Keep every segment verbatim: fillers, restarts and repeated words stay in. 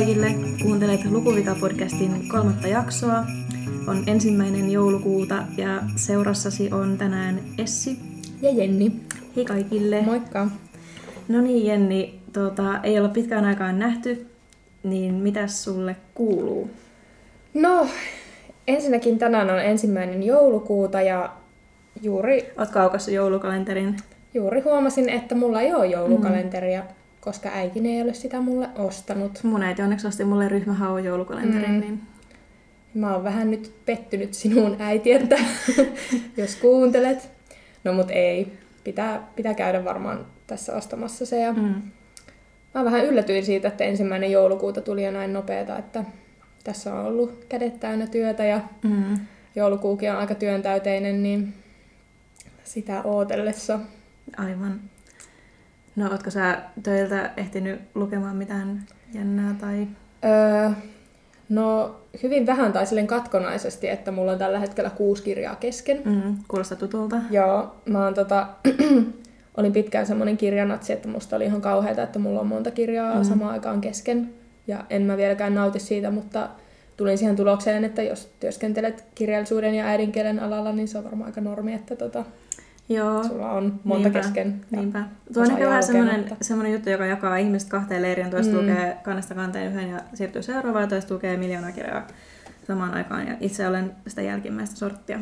kaikille! Kuuntelet Lukuvika-podcastin kolmatta jaksoa. On ensimmäinen joulukuuta ja seurassasi on tänään Essi ja Jenni. Hei kaikille! Moikka! No niin Jenni, tuota, ei olla pitkään aikaan nähty, niin mitäs sulle kuuluu? No, ensinnäkin tänään on ensimmäinen joulukuuta ja juuri... Ootko aukassut joulukalenterin? Juuri huomasin, että mulla ei ole joulukalenteria, mm. koska äitini ei ole sitä mulle ostanut. Mun äiti onneksi osti mulle ryhmähaun joulukalenterin. Mm. Niin... Mä oon vähän nyt pettynyt sinuun äiti, että jos kuuntelet. No mut ei, pitää, pitää käydä varmaan tässä ostamassa se. Ja mm. Mä vähän yllätyin siitä, että ensimmäinen joulukuuta tuli jo näin nopeeta, että tässä on ollut kädet täynnä työtä ja mm. joulukuukin on aika työntäyteinen, niin sitä ootellessa. Aivan. No, ootko sä töiltä ehtinyt lukemaan mitään jännää tai... Öö, no, hyvin vähän tai silleen katkonaisesti, että mulla on tällä hetkellä kuusi kirjaa kesken. Mm, kuulostaa tutulta. Joo, mä oon tota... olin pitkään semmonen kirjanatsi, että musta oli ihan kauheata, että mulla on monta kirjaa mm. samaan aikaan kesken. Ja en mä vieläkään nauti siitä, mutta tulin siihen tulokseen, että jos työskentelet kirjallisuuden ja äidinkielen alalla, niin se on varmaan aika normi, että tota... Joo. Sulla on monta niinpä, kesken. Niinpä. Tuo on ehkä vähän semmoinen, semmoinen juttu, joka jakaa ihmiset kahteen leiriin. Toista mm. lukee kannesta kanteen yhden ja siirtyy seuraavaan, ja toista lukee miljoona kirjaa samaan aikaan. Ja itse olen sitä jälkimmäistä sorttia.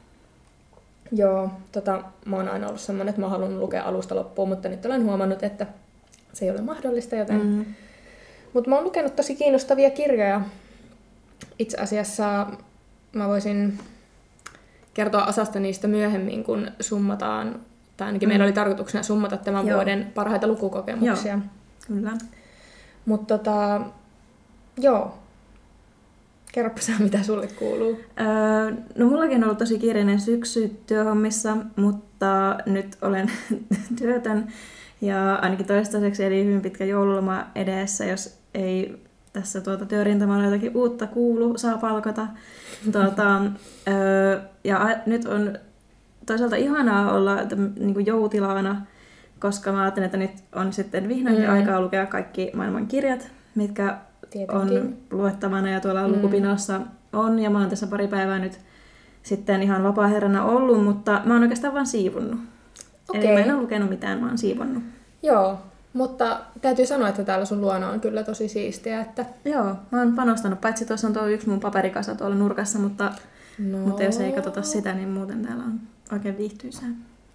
Joo, tota, mä oon aina ollut semmoinen, että mä haluan lukea alusta loppuun, mutta nyt olen huomannut, että se ei ole mahdollista, joten... Mm. Mutta mä oon lukenut tosi kiinnostavia kirjoja. Itse asiassa mä voisin... kertoa osasta niistä myöhemmin, kun summataan, tai ainakin mm. meillä oli tarkoituksena summata tämän joo. vuoden parhaita lukukokemuksia. Joo, kyllä. Mutta tota, joo. Kerropa sä, mitä sulle kuuluu. Öö, no mullakin on ollut tosi kiireinen syksy työhommissa, mutta nyt olen työtön ja ainakin toistaiseksi eli hyvin pitkä joululoma edessä, jos ei tässä tuota työrintamalla jotakin uutta kuulu, saa palkata. Tuota, öö, ja a, nyt on toisaalta ihanaa olla niin kuin joutilaana, koska mä ajattelen, että nyt on sitten vihdoinkin mm. aikaa lukea kaikki maailman kirjat, mitkä Tietenkin. on luettavana ja tuolla mm. lukupinossa on. Ja mä oon tässä pari päivää nyt sitten ihan vapaa-herrana ollut, mutta mä oon oikeastaan vaan siivunnut. Okay. Eli mä en ole lukenut mitään, mä oon siivonnut. Joo. Mutta täytyy sanoa, että täällä sun luona on kyllä tosi siistiä. Että... Joo, mä oon panostanut. Paitsi tuossa on tuo yksi mun paperikasa tuolla nurkassa, mutta, no. mutta jos ei katsota sitä, niin muuten täällä on oikein viihtyisää.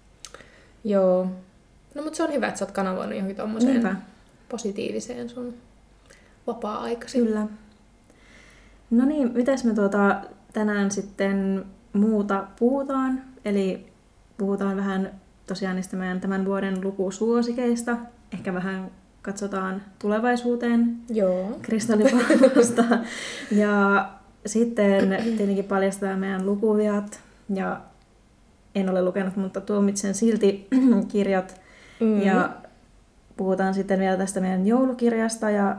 Joo. No mutta se on hyvä, että sä oot kanavoinut johonkin tommoseen Niinpä. positiiviseen sun vapaa-aikasi. Kyllä. No niin, mitäs me tuota tänään sitten muuta puhutaan? Eli puhutaan vähän tosiaan niistä meidän tämän vuoden lukusuosikeista. Ehkä vähän katsotaan tulevaisuuteen Joo. kristallipallosta. Ja sitten tietenkin paljastetaan meidän lukuviat. Ja en ole lukenut, mutta tuomitsen silti kirjat. Mm-hmm. Ja puhutaan sitten vielä tästä meidän joulukirjasta ja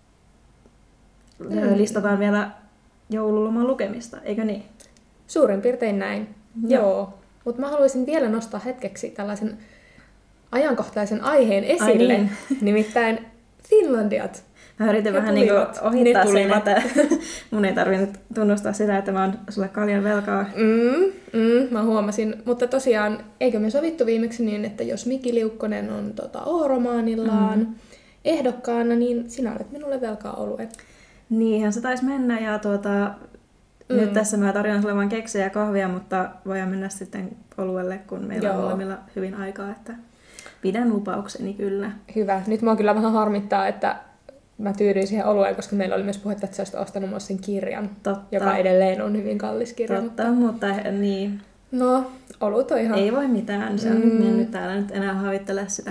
mm-hmm. listataan vielä joululoman lukemista, eikö niin? Suurin piirtein näin, joo. joo. Mutta mä haluaisin vielä nostaa hetkeksi tällaisen ajankohtaisen aiheen esille, niin. nimittäin Finlandiat. Mä yritin ja vähän niin ohittaa sen, että mun ei tarvinnut tunnustaa sitä, että mä oon sulle kaljan velkaa. Mm, mm, mä huomasin, mutta tosiaan, eikö me sovittu viimeksi niin, että jos Miki Liukkonen on tota, O-romaanillaan mm. ehdokkaana, niin sinä olet minulle velkaa oluen. Niinhän se taisi mennä ja tuota, mm. nyt tässä mä tarjoan sulle vaan keksejä ja kahvia, mutta voidaan mennä sitten oluelle, kun meillä Joo. on molemmilla hyvin aikaa, että pidän lupaukseni kyllä. Hyvä. Nyt mua kyllä vähän harmittaa, että mä tyydyin siihen olueen, koska meillä oli myös puhetta, että sä olisit ostanut myös sen kirjan, Totta. joka edelleen on hyvin kallis kirja. Totta, mutta, mutta niin. No, olut on ihan... Ei voi mitään, se on mm. niin nyt täällä nyt enää havittele sitä.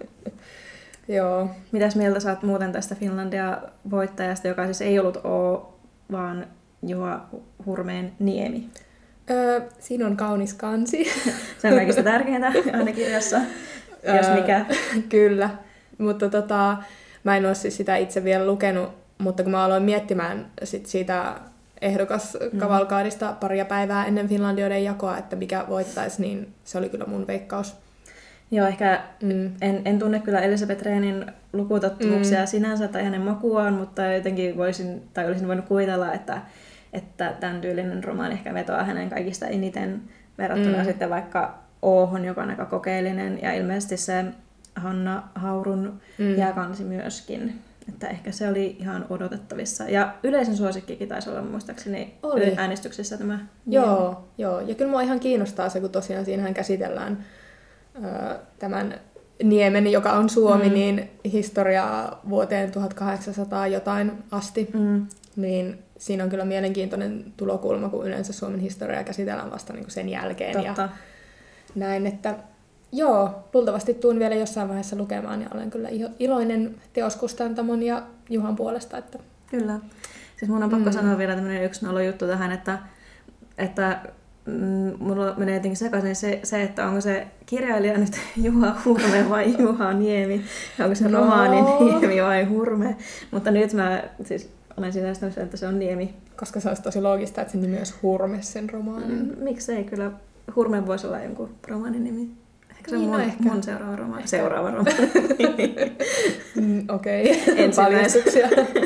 Joo. Mitäs mieltä sä oot muuten tästä Finlandia-voittajasta, joka siis ei ollut O, vaan Juha Hurmeen Niemi? Öö, siinä on kaunis kansi. Se on kaikista tärkeintä aina kirjassa, jos mikä. Kyllä, mutta tota, mä en ole siis sitä itse vielä lukenut, mutta kun mä aloin miettimään sit siitä ehdokaskavalkaadista paria päivää ennen Finlandioiden jakoa, että mikä voittaisi, niin se oli kyllä mun veikkaus. Joo, ehkä Mm. en, en tunne kyllä Elisabeth Rehnin lukutottumuksia Mm. sinänsä tai hänen makuaan, mutta jotenkin voisin, tai olisin voinut kuvitella, että, että tämän tyylinen romaani ehkä vetoaa hänen kaikista eniten verrattuna Mm. sitten vaikka Oohon, joka on aika kokeellinen, ja ilmeisesti se Hanna Haurun Mm. jääkansi myöskin. Että ehkä se oli ihan odotettavissa. Ja yleisen suosikkikin taisi olla muistaakseni Oli. äänestyksessä tämä. Joo, joo, ja kyllä mua ihan kiinnostaa se, kun tosiaan siinähän käsitellään ö, tämän niemen, joka on Suomi, Mm. niin historiaa vuoteen tuhatkahdeksansataa jotain asti. Mm. Niin siinä on kyllä mielenkiintoinen tulokulma, kun yleensä Suomen historiaa käsitellään vasta niin kuin sen jälkeen. Totta. Ja näin, että joo, luultavasti tuun vielä jossain vaiheessa lukemaan ja olen kyllä iloinen teoskustantamon ja Juhan puolesta. Että... Kyllä. Siis mun on pakko Mm. sanoa vielä tämmöinen yksi nolo juttu tähän, että, että mm, mulla menee jotenkin sekaisin se, se, että onko se kirjailija nyt Juha Hurme vai Juha Niemi, ja onko se No. romaanin Niemi vai Hurme. Mutta nyt mä siis olen siinä sitä, että se on Niemi. Koska se olisi tosi loogista, että se nimi olisi Hurme sen romaanin. Mm, miksei kyllä. Hurme voisi olla jonkun romaanin nimi. Ehkä se on Niin, no mun, ehkä. mun seuraava romaani. Seuraava romaani. Mm, Okei, okay. Ensimmäinen. paljastuksia.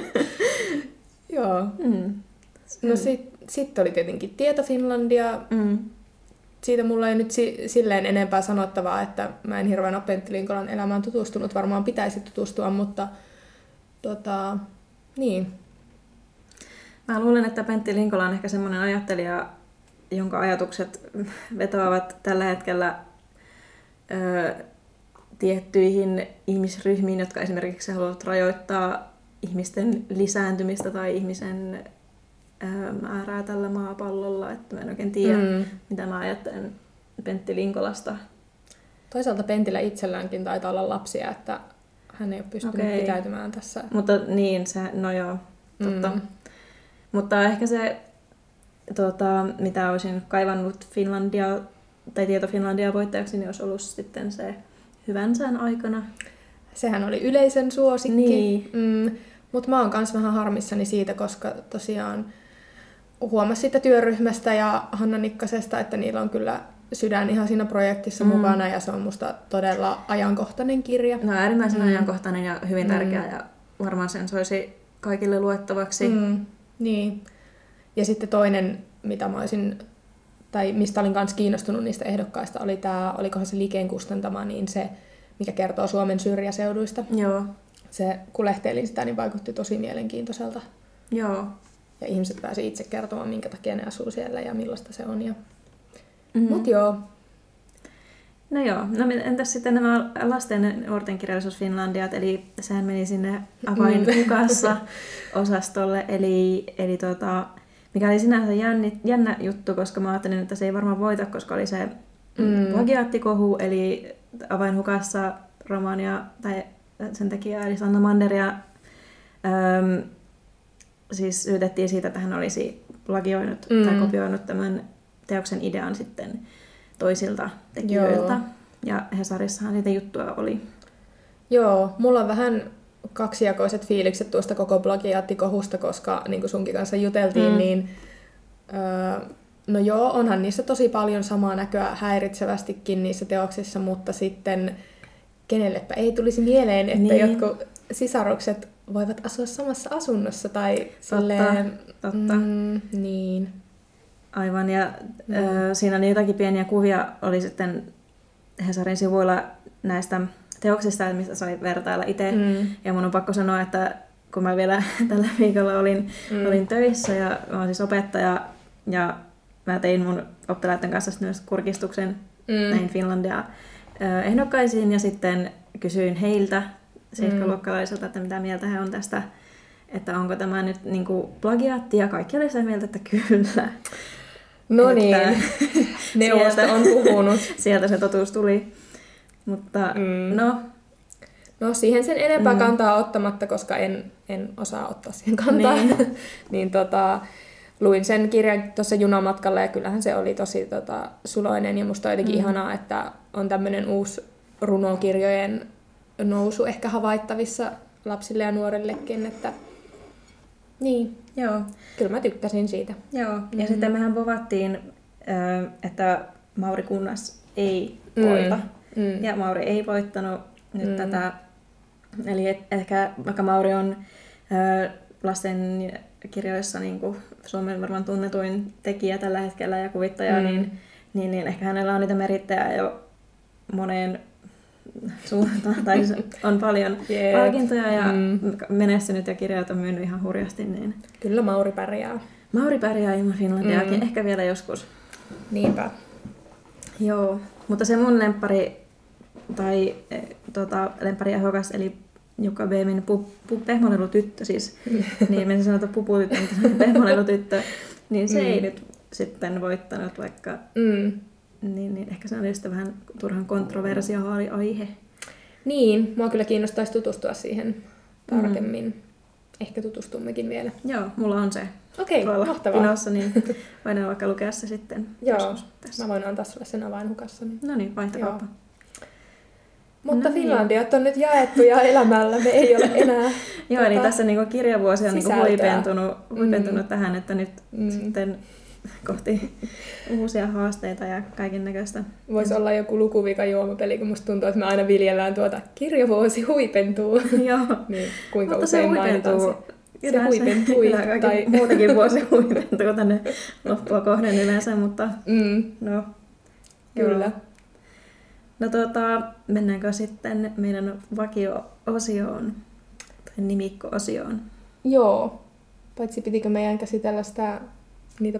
Joo. Mm. No sitten sit oli tietenkin Tieto Finlandia. Mm. Siitä mulla ei nyt si- silleen enempää sanottavaa, että mä en hirveän ole Pentti Linkolan elämään tutustunut. Varmaan pitäisi tutustua, mutta tota, niin. Mä luulen, että Pentti Linkola on ehkä semmoinen ajattelija, jonka ajatukset vetoavat tällä hetkellä ö, tiettyihin ihmisryhmiin, jotka esimerkiksi haluavat rajoittaa ihmisten lisääntymistä tai ihmisen ö, määrää tällä maapallolla. Että mä en oikein tiedä, mm. mitä mä ajattelen Pentti Linkolasta. Toisaalta Pentillä itselläänkin taitaa olla lapsia, että hän ei ole pystynyt Okei. pitäytymään tässä. Mutta niin, se, no joo, totta. Mm. Mutta ehkä se, tota, mitä olisin kaivannut Finlandia tai Tieto Finlandia voittajaksi, niin olisi ollut sitten se Hyvän sään aikana. Sehän oli yleisen suosikki. Niin. Mm, mutta mä oon kans vähän harmissani siitä, koska tosiaan huomasin siitä työryhmästä ja Hanna Nikkasesta, että niillä on kyllä sydän ihan siinä projektissa mm. mukana ja se on musta todella ajankohtainen kirja. No äärimmäisen Mm. ajankohtainen ja hyvin tärkeä Mm. ja varmaan sen soisi kaikille luettavaksi. Mm, niin. Ja sitten toinen, mitä mä olisin, tai mistä olin myös kiinnostunut niistä ehdokkaista, oli tämä, olikohan se Likeen kustantama, niin se, mikä kertoo Suomen syrjäseuduista. Joo. Se, kun lehteilin sitä, niin vaikutti tosi mielenkiintoiselta. Joo. Ja ihmiset pääsi itse kertomaan, minkä takia ne asuu siellä ja millaista se on. Ja... Mm-hmm. Mut joo. No joo, no entäs sitten nämä lasten ja nuorten kirjallisuus Finlandiat, eli sehän meni sinne avainhukassa osastolle, eli, eli tota, mikä oli sinänsä jänni, jännä juttu, koska mä ajattelin, että se ei varmaan voita, koska oli se mm. plagiaattikohu, eli avainhukassa romaania, tai sen tekijä eli Sanna Manderia, äm, siis syytettiin siitä, että hän olisi plagioinut mm. tai kopioinut tämän teoksen idean sitten toisilta tekijöiltä. Joo. Ja Hesarissahan siitä juttua oli. Joo, mulla on vähän kaksijakoiset fiilikset tuosta koko plagiaattikohusta, koska niin kuin sunkin kanssa juteltiin, mm. niin öö, no joo, onhan niissä tosi paljon samaa näköä häiritsevästikin niissä teoksissa, mutta sitten kenellepä ei tulisi mieleen, että niin. jotkut sisarukset voivat asua samassa asunnossa tai totta, silleen... Totta. Mm, niin. Aivan, ja mm. ö, siinä oli jotakin pieniä kuvia, oli sitten Hesarin sivuilla näistä teoksista, mistä sai vertailla itse. Mm. Ja mun on pakko sanoa, että kun mä vielä tällä viikolla olin, mm. olin töissä ja mä oon siis opettaja, ja mä tein mun oppilaiden kanssa myös kurkistuksen mm. näihin Finlandia ö, ehdokkaisiin, ja sitten kysyin heiltä, seitsemäluokkalaisilta, että mitä mieltä he on tästä, että onko tämä nyt niin kuin plagiaatti, ja kaikki oli sitä mieltä, että kyllä. No niin, neuvosto on puhunut. Sieltä se totuus tuli. Mutta mm. no... No siihen sen enempää mm. kantaa ottamatta, koska en, en osaa ottaa siihen kantaa. Niin. niin tota, luin sen kirjan tuossa junamatkalla ja kyllähän se oli tosi tota, suloinen. Ja musta on jotenkin mm. ihanaa, että on tämmöinen uusi runokirjojen nousu ehkä havaittavissa lapsille ja nuorillekin. Että... Niin. Joo. Kyllä mä tykkäsin siitä. Joo, ja mm-hmm. sitten mehän povattiin, että Mauri Kunnas ei voita. Mm. Mm. Ja Mauri ei voittanut nyt Mm. tätä. Eli et, ehkä vaikka Mauri on ö, lastenkirjoissa niin kuin Suomen varmaan tunnetuin tekijä tällä hetkellä ja kuvittaja, Mm. niin, niin, niin ehkä hänellä on niitä merittejä jo moneen suuntaan. Tai on paljon Jep. palkintoja ja Mm. menestynyt ja kirjat on myynyt ihan hurjasti. Niin Kyllä Mauri pärjää. Mauri pärjää ilman Finlandiakin, Mm. ehkä vielä joskus. Niinpä. Joo, mutta se mun lemppari, tai e, tota, lemppariehdokas, eli Jukka Beemin pu, pu, pehmonelutyttö, siis, niin me sanotaan puputyttö, mutta se on pehmonelutyttö, niin se mm. ei nyt sitten voittanut, vaikka Mm. niin, niin ehkä se on just vähän turhan kontroversiaali aihe. Niin, mua kyllä kiinnostaisi tutustua siihen tarkemmin. Mm. Ehkä tutustummekin vielä. Joo, mulla on se Okei, tuolla mahtavaa. pinossa, niin voidaan vaikka lukea se sitten. Joo, tässä. mä voin antaa sulle sen avainhukassa. Niin. No niin, vaihtokauppa. Mutta No niin. Finlandiat on nyt jaettu ja elämällä me ei ole enää. Joo, eli tässä niinku kirjavuosi on niinku sisältöä. huipentunut, huipentunut Mm. tähän, että nyt Mm. sitten kohti uusia haasteita ja kaiken näköistä. Voisi olla joku lukuvika juomapeli, kun musta tuntuu, että me aina viljellään tuota kirjavuosi huipentuu. Joo, Niin, kuinka mutta se usein mainitaan huipentuu. se. Se huipentui. Kyllä, kaikki Tai... muutakin vuosi huipentuu tänne loppua kohden yleensä, mutta Mm, no. kyllä. Joo. No tuota, mennäänkö sitten meidän vakio-osioon, tai nimikko-osioon? Joo. Paitsi pitikö meidän käsitellä sitä, niitä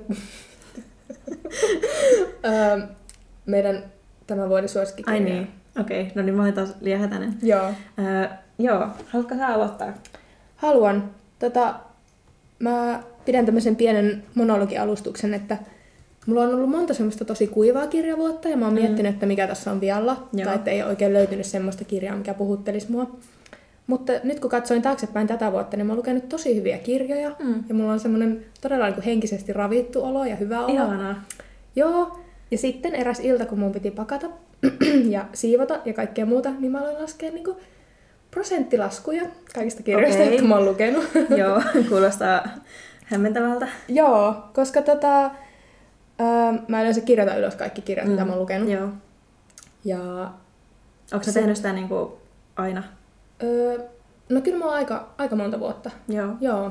öö, meidän tämän vuoden suosikkikirjaa. Ai niin, okei. Okay. No niin, mä olin taas liian hätäinen. Joo. Öö, joo, haluatko sä aloittaa? Haluan. Tota, mä pidän tämmöisen pienen monologialustuksen, että mulla on ollut monta semmoista tosi kuivaa kirjavuotta ja mä oon mm. miettinyt, että mikä tässä on vialla. Joo. Tai että ei oikein löytynyt semmoista kirjaa, mikä puhuttelisi mua. Mutta nyt kun katsoin taaksepäin tätä vuotta, niin mä oon lukenut tosi hyviä kirjoja. Mm. Ja mulla on semmoinen todella niin kuin henkisesti ravittu olo ja hyvä olo. Ihanaa. Joo. Ja sitten eräs ilta, kun mun piti pakata ja siivota ja kaikkea muuta, niin mä aloin laskea niin kuin prosenttilaskuja kaikista kirjoista, Okei. jotka mä oon lukenut. Joo, kuulostaa hämmentävältä. Joo, koska tota, ää, mä yleensä kirjoitan ylös kaikki kirjat, mm. mitä mä oon lukenut. Joo. Ja, Onko sä Se- tehnyt sitä niin kuin aina? öö, no kyllä mä oon aika, aika monta vuotta. Joo. Joo.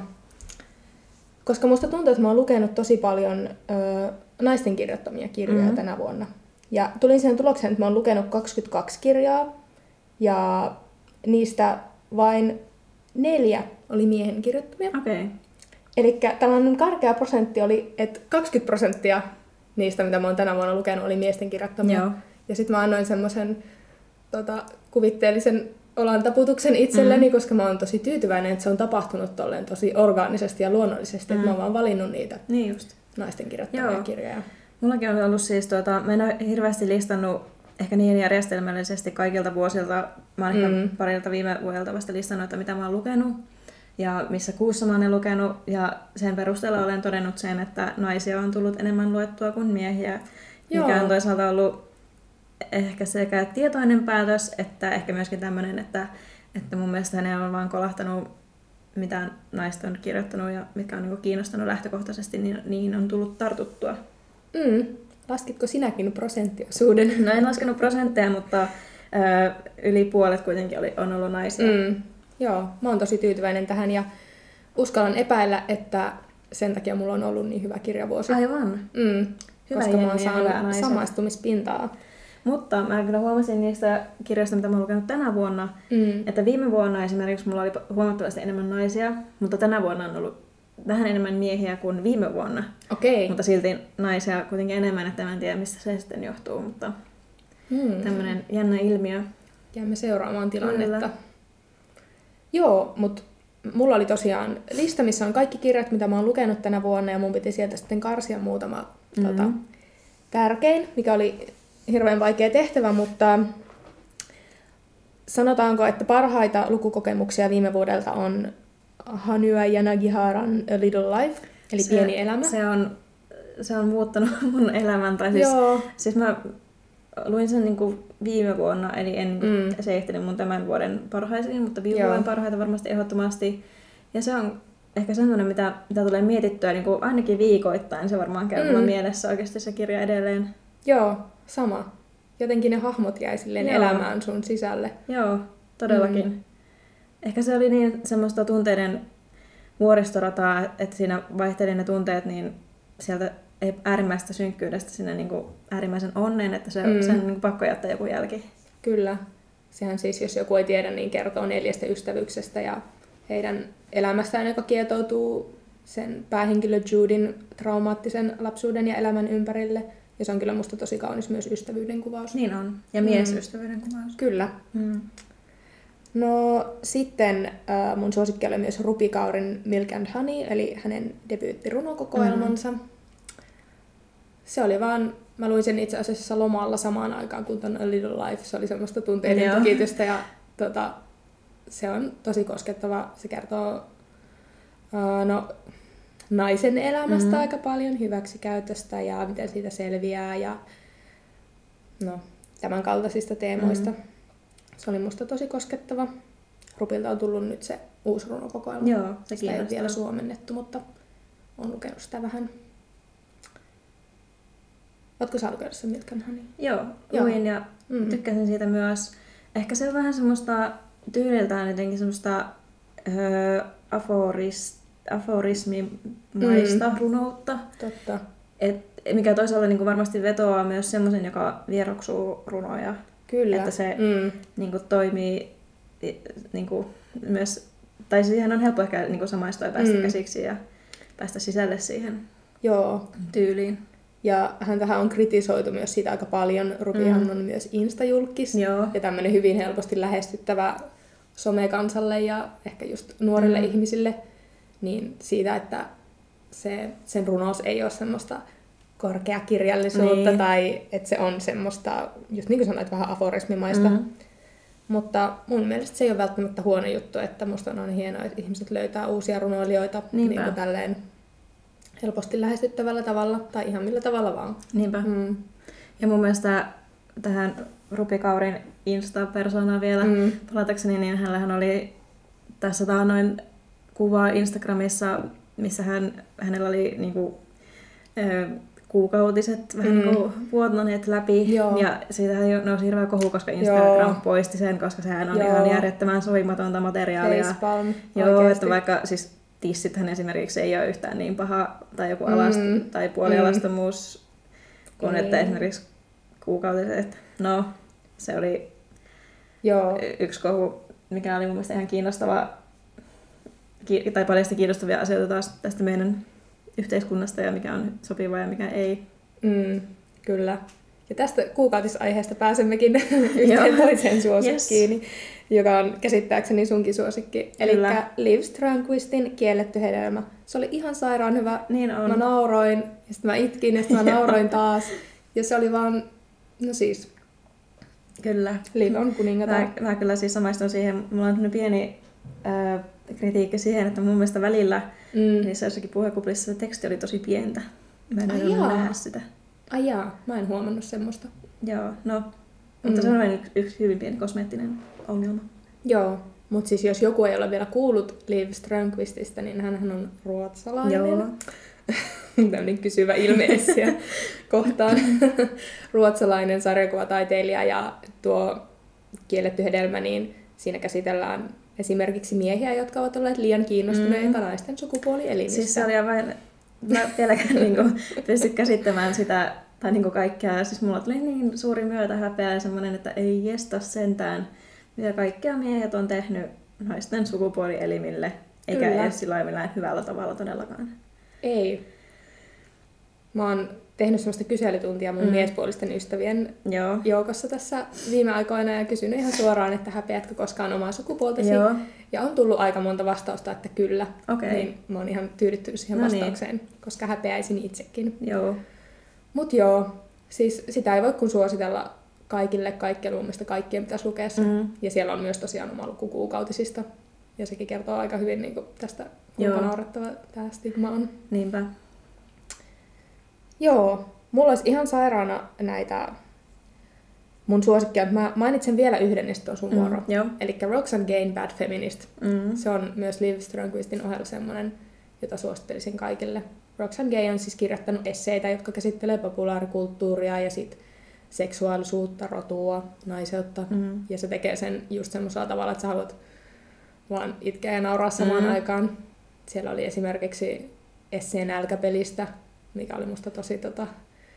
Koska musta tuntuu, että mä oon lukenut tosi paljon öö, naisten kirjoittamia kirjoja Mhm. mm-hmm. tänä vuonna. Ja tulin siihen tulokseen, että mä oon lukenut kaksikymmentäkaksi kirjaa. Ja niistä vain neljä oli miehen kirjoittamia. Okei. Okay. Eli tällainen karkea prosentti oli, että kaksikymmentä prosenttia niistä, mitä mä oon tänä vuonna lukenut, oli miesten kirjoittamia. Joo. Ja sitten mä annoin semmoisen tota, kuvitteellisen olan taputuksen itselleni, mm. koska mä oon tosi tyytyväinen, että se on tapahtunut tolleen tosi orgaanisesti ja luonnollisesti, mm. että mä oon vaan valinnut niitä Niin just. naisten kirjoittamia Joo. kirjoja. Mullakin on ollut siis, tuota, mä en ole hirveästi listannut ehkä niin järjestelmällisesti kaikilta vuosilta. Mä oon Mm. ehkä parilta viime vuodelta vasta listannut, että mitä mä oon lukenut ja missä kuussa mä oon ne lukenut. Ja sen perusteella olen todennut sen, että naisia on tullut enemmän luettua kuin miehiä, Joo. mikä on toisaalta ollut ehkä sekä tietoinen päätös, että ehkä myöskin tämmöinen, että, että mun mielestä ne on vaan kolahtanut, mitä naiset on kirjoittanut ja mitkä on niin kuin kiinnostanut lähtökohtaisesti, niin niihin on tullut tartuttua. Mm. Laskitko sinäkin prosenttiosuuden? No en laskenut prosentteja, mutta ö, yli puolet kuitenkin oli, on ollut naisia. Mm. Joo, mä oon tosi tyytyväinen tähän ja uskallan epäillä, että sen takia mulla on ollut niin hyvä kirjavuosi. Aivan. Mm. Hyvä Koska mä oon jengi ja hyvää saanut naisia. samaistumispintaa. Mutta mä kyllä huomasin niistä kirjoista, mitä mä oon lukenut tänä vuonna, Mm. että viime vuonna esimerkiksi mulla oli huomattavasti enemmän naisia, mutta tänä vuonna on ollut vähän enemmän miehiä kuin viime vuonna. Okei. Mutta silti naisia kuitenkin enemmän, että mä en tiedä mistä se sitten johtuu, mutta Mm. tämmönen jännä ilmiö. Jäämme seuraamaan tilannetta. Kyllä. Joo, mutta mulla oli tosiaan lista, missä on kaikki kirjat, mitä mä oon lukenut tänä vuonna, ja mun piti sieltä sitten karsia muutama Mhm. tota, tärkein, mikä oli hirveän vaikea tehtävä, mutta sanotaanko, että parhaita lukukokemuksia viime vuodelta on Hanyö Yanagiharan A Little Life, eli Se- Pieni elämä. Se on, se on muuttanut mun elämän. Tai siis, Joo. siis mä luin sen niin kuin viime vuonna, eli en Mm. se ehtinyt mun tämän vuoden parhaisiin, mutta viime Joo. vuoden parhaita varmasti ehdottomasti. Ja se on ehkä sellainen, mitä, mitä tulee mietittyä niin kuin ainakin viikoittain. Se varmaan käy Mm. mulla mielessä oikeasti se kirja edelleen. Joo, sama. jotenkin ne hahmot jäi silleen Joo. elämään sun sisälle. Joo, todellakin. Mm. Ehkä se oli niin semmoista tunteiden vuoristorataa, että siinä vaihteli ne tunteet niin sieltä äärimmäisestä synkkyydestä sinne niin kuin äärimmäisen onnen, että se, mm. sen niin kuin pakko jättää joku jälki. Kyllä. Sehän siis, jos joku ei tiedä, niin kertoo neljästä ystävyksestä ja heidän elämästään, joka kietoutuu sen päähenkilö Judyn traumaattisen lapsuuden ja elämän ympärille. Ja se on kyllä musta tosi kaunis myös ystävyyden kuvaus. Niin on. Ja miesystävyyden mm. kuvaus. Kyllä. Mm. No sitten äh, mun suosikki oli myös Rupi Kaurin Milk and Honey, eli hänen debyyttirunokokoelmansa. Mm. Se oli vaan, mä luin sen itse asiassa lomalla samaan aikaan kuin ton A Little Life. Se oli semmoista tunteiden Joo. tokitystä ja tota, se on tosi koskettava. Se kertoo uh, no, naisen elämästä mm-hmm. aika paljon, hyväksikäytöstä ja miten siitä selviää ja no, tämän kaltaisista teemoista. Mm-hmm. Se oli musta tosi koskettava. Rupilta on tullut nyt se uusi runokokoelma. Joo, se sitä ei ole vielä suomennettu, mutta olen lukenut sitä vähän. Ootko sä lukenut sen Milk and Honey? Joo, luin ja mm-hmm. tykkäsin siitä myös. Ehkä se on vähän semmoista tyyliltään jotenkin semmoista öö, aforist, aforismimaista mm. runoutta. Totta. Et, mikä toisaalta niin kuin varmasti vetoaa myös semmoisen, joka vieroksuu runoja. Kyllä. Että se mm. niin kuin, toimii niin kuin, myös, tai siihen on helppo ehkä niin kuin samaistua ja päästä mm. käsiksi ja päästä sisälle siihen Joo. tyyliin. Ja häntähän on kritisoitu myös siitä aika paljon. Rupihan mm. on myös Insta-julkis. Joo. Ja tämmöinen hyvin helposti lähestyttävä somekansalle ja ehkä just nuorille mm. ihmisille. Niin siitä, että se, sen runous ei ole semmoista korkeakirjallisuutta niin. Tai että se on semmoista, just niin kuin sanoit, vähän aforismimaista. Mm. Mutta mun mielestä se ei ole välttämättä huono juttu, että musta on aina hienoa, että ihmiset löytää uusia runoilijoita niin kuin tälleen helposti lähestyttävällä tavalla, tai ihan millä tavalla vaan. Niinpä. Mm. Ja mun mielestä tähän Rupi Kaurin Insta-persoonaan vielä mm. palatakseni, niin hänellähän oli tässä taannoin kuva Instagramissa, missä hän, hänellä oli niinku, ö, kuukautiset vähän mm. niinku vuotaneet läpi. Joo. Ja siitähän nousi hirveä kohu, koska Instagram Joo. poisti sen, koska sehän on Joo. ihan järjettömän sovimatonta materiaalia. Facepalm. Joo, oikeasti. Että vaikka siis tissithän esimerkiksi ei ole yhtään niin paha, tai joku alast, mm. tai puolialastomuus, mm. kuin että esimerkiksi kuukautiset. No, se oli Joo. yksi kohu, mikä oli mun mielestä ihan kiinnostava, tai paljasti kiinnostavia asioita taas tästä meidän yhteiskunnasta, ja mikä on sopivaa ja mikä ei. Mm, kyllä. Ja tästä kuukautisaiheesta pääsemmekin yhteen toiseen suosikkiin, yes. joka on käsittääkseni sunkin suosikki. Eli Liv Strömquistin Kielletty hedelmä. Se oli ihan sairaan hyvä. Niin on. Mä nauroin, ja sitten mä itkin, ja sitten mä nauroin taas. Ja se oli vaan, no siis, kyllä. Liv on kuningatar. Mä, mä kyllä siis samaistun siihen. Mulla on pieni äh, kritiikki siihen, että mun mielestä välillä mm. niissä jossakin puhekuplissa se teksti oli tosi pientä. Mä en ole nähdä sitä. Ai jaa, mä en huomannut semmoista. Joo, no, mutta mm. se on vain yksi, yksi hyvin pieni kosmeettinen ongelma. Joo, mutta siis jos joku ei ole vielä kuullut Liv Strömquististä, niin hänhän on ruotsalainen. Joo. Tämmöinen kysyvä ilme Essiä kohtaan. Ruotsalainen sarjakuvataiteilija ja tuo Kielletty hedelmä, niin siinä käsitellään esimerkiksi miehiä, jotka ovat olleet liian kiinnostuneita mm. naisten sukupuolielimistä. Siis se oli aivan, mä vieläkään niinku pysty käsittämään sitä, tai niinku kaikkea, siis mulla tuli niin suuri myötä häpeä ja semmoinen, että ei jestä sentään, mitä kaikkea miehet on tehnyt naisten sukupuolielimille, eikä Kyllä. edes sillä millään hyvällä tavalla todellakaan. Ei. Mä oon tehnyt semmoista kyselytuntia mun mm. miespuolisten ystävien Joo. joukossa tässä viime aikoina ja kysynyt ihan suoraan, että häpeätkö koskaan omaa sukupuoltasi. Joo. Ja on tullut aika monta vastausta, että kyllä. Okay. Niin mä oon ihan tyydyttynyt siihen no vastaukseen, niin. koska häpeäisin itsekin. Joo. Mut joo, siis sitä ei voi kun suositella kaikille, kaikkien mun mielestä kaikkien pitäisi lukea se. Mm. Ja siellä on myös tosiaan oma luku kuukautisista. Ja sekin kertoo aika hyvin niin kuin tästä, kuinka naurettava tämä stigma on. Niinpä. Joo, mulla olisi ihan sairaana näitä mun suosikkia. Mä mainitsen vielä yhden, ja sitten on sun mm, vuoro. Eli Roxane Gay, Bad Feminist. Mm. Se on myös Liv Strömquistin ohella semmoinen, jota suosittelisin kaikille. Roxane Gay on siis kirjoittanut esseitä, jotka käsittelee populaarikulttuuria ja sit seksuaalisuutta, rotua, naiseutta. Mm. Ja se tekee sen just semmoisella tavalla, että sä haluat vaan itkeä ja nauraa samaan mm. aikaan. Siellä oli esimerkiksi esseen nälkäpelistä, mikä oli musta tosi, tota,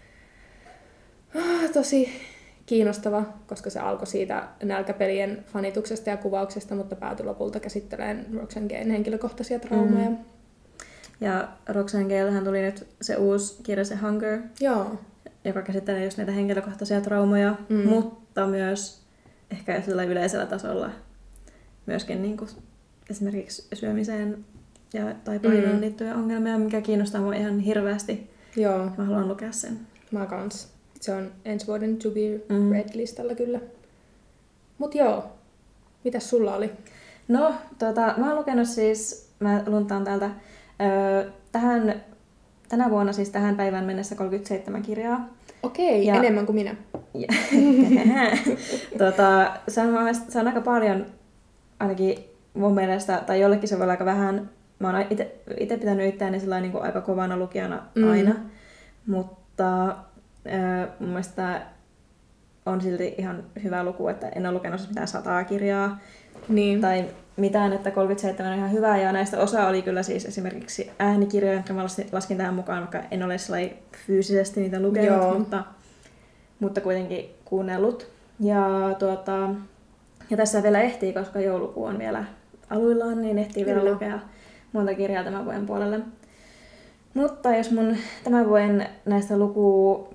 tosi kiinnostava, koska se alkoi siitä nälkäpelien fanituksesta ja kuvauksesta, mutta päätyi lopulta käsittelemään Roxane Gayen henkilökohtaisia traumeja. Mm. Ja Roxane Gayellähän tuli nyt se uusi kirja, se Hunger, Joo. joka käsittelee just näitä henkilökohtaisia traumoja, mm. mutta myös ehkä sillä yleisellä tasolla myöskin niin kuin esimerkiksi syömiseen ja, tai painoon mm. liittyviä ongelmia, mikä kiinnostaa mua ihan hirveästi. Joo. Mä haluan lukea sen. Mä kans. Se on ensi vuoden To Be mm. Read-listalla kyllä. Mut joo, mitäs sulla oli? No, tota, mä oon lukenut siis, mä luntaan täältä, öö, tähän, tänä vuonna siis tähän päivään mennessä kolmekymmentäseitsemän kirjaa. Okei, ja, enemmän kuin minä. Ja, tota, se, on, se on aika paljon, ainakin mun mielestä, tai jollekin se voi olla aika vähän. Mä oon itse pitänyt itseäni niin kuin aika kovana lukijana mm. aina, mutta öö, mun mielestä on silti ihan hyvä luku, että en ole lukenut mitään sataa kirjaa niin. tai mitään, että kolmekymmentäseitsemän on ihan hyvä, ja näistä osa oli kyllä siis esimerkiksi äänikirjoja, jotka mä laskin tähän mukaan, vaikka en ole fyysisesti niitä lukenut, mutta, mutta kuitenkin kuunnellut. Ja, tuota, ja tässä vielä ehtii, koska joulukuu on vielä aluillaan, niin ehtii kyllä vielä lukea monta kirjaa tämän vuoden puolelle. Mutta jos mun tämän vuoden näistä luku,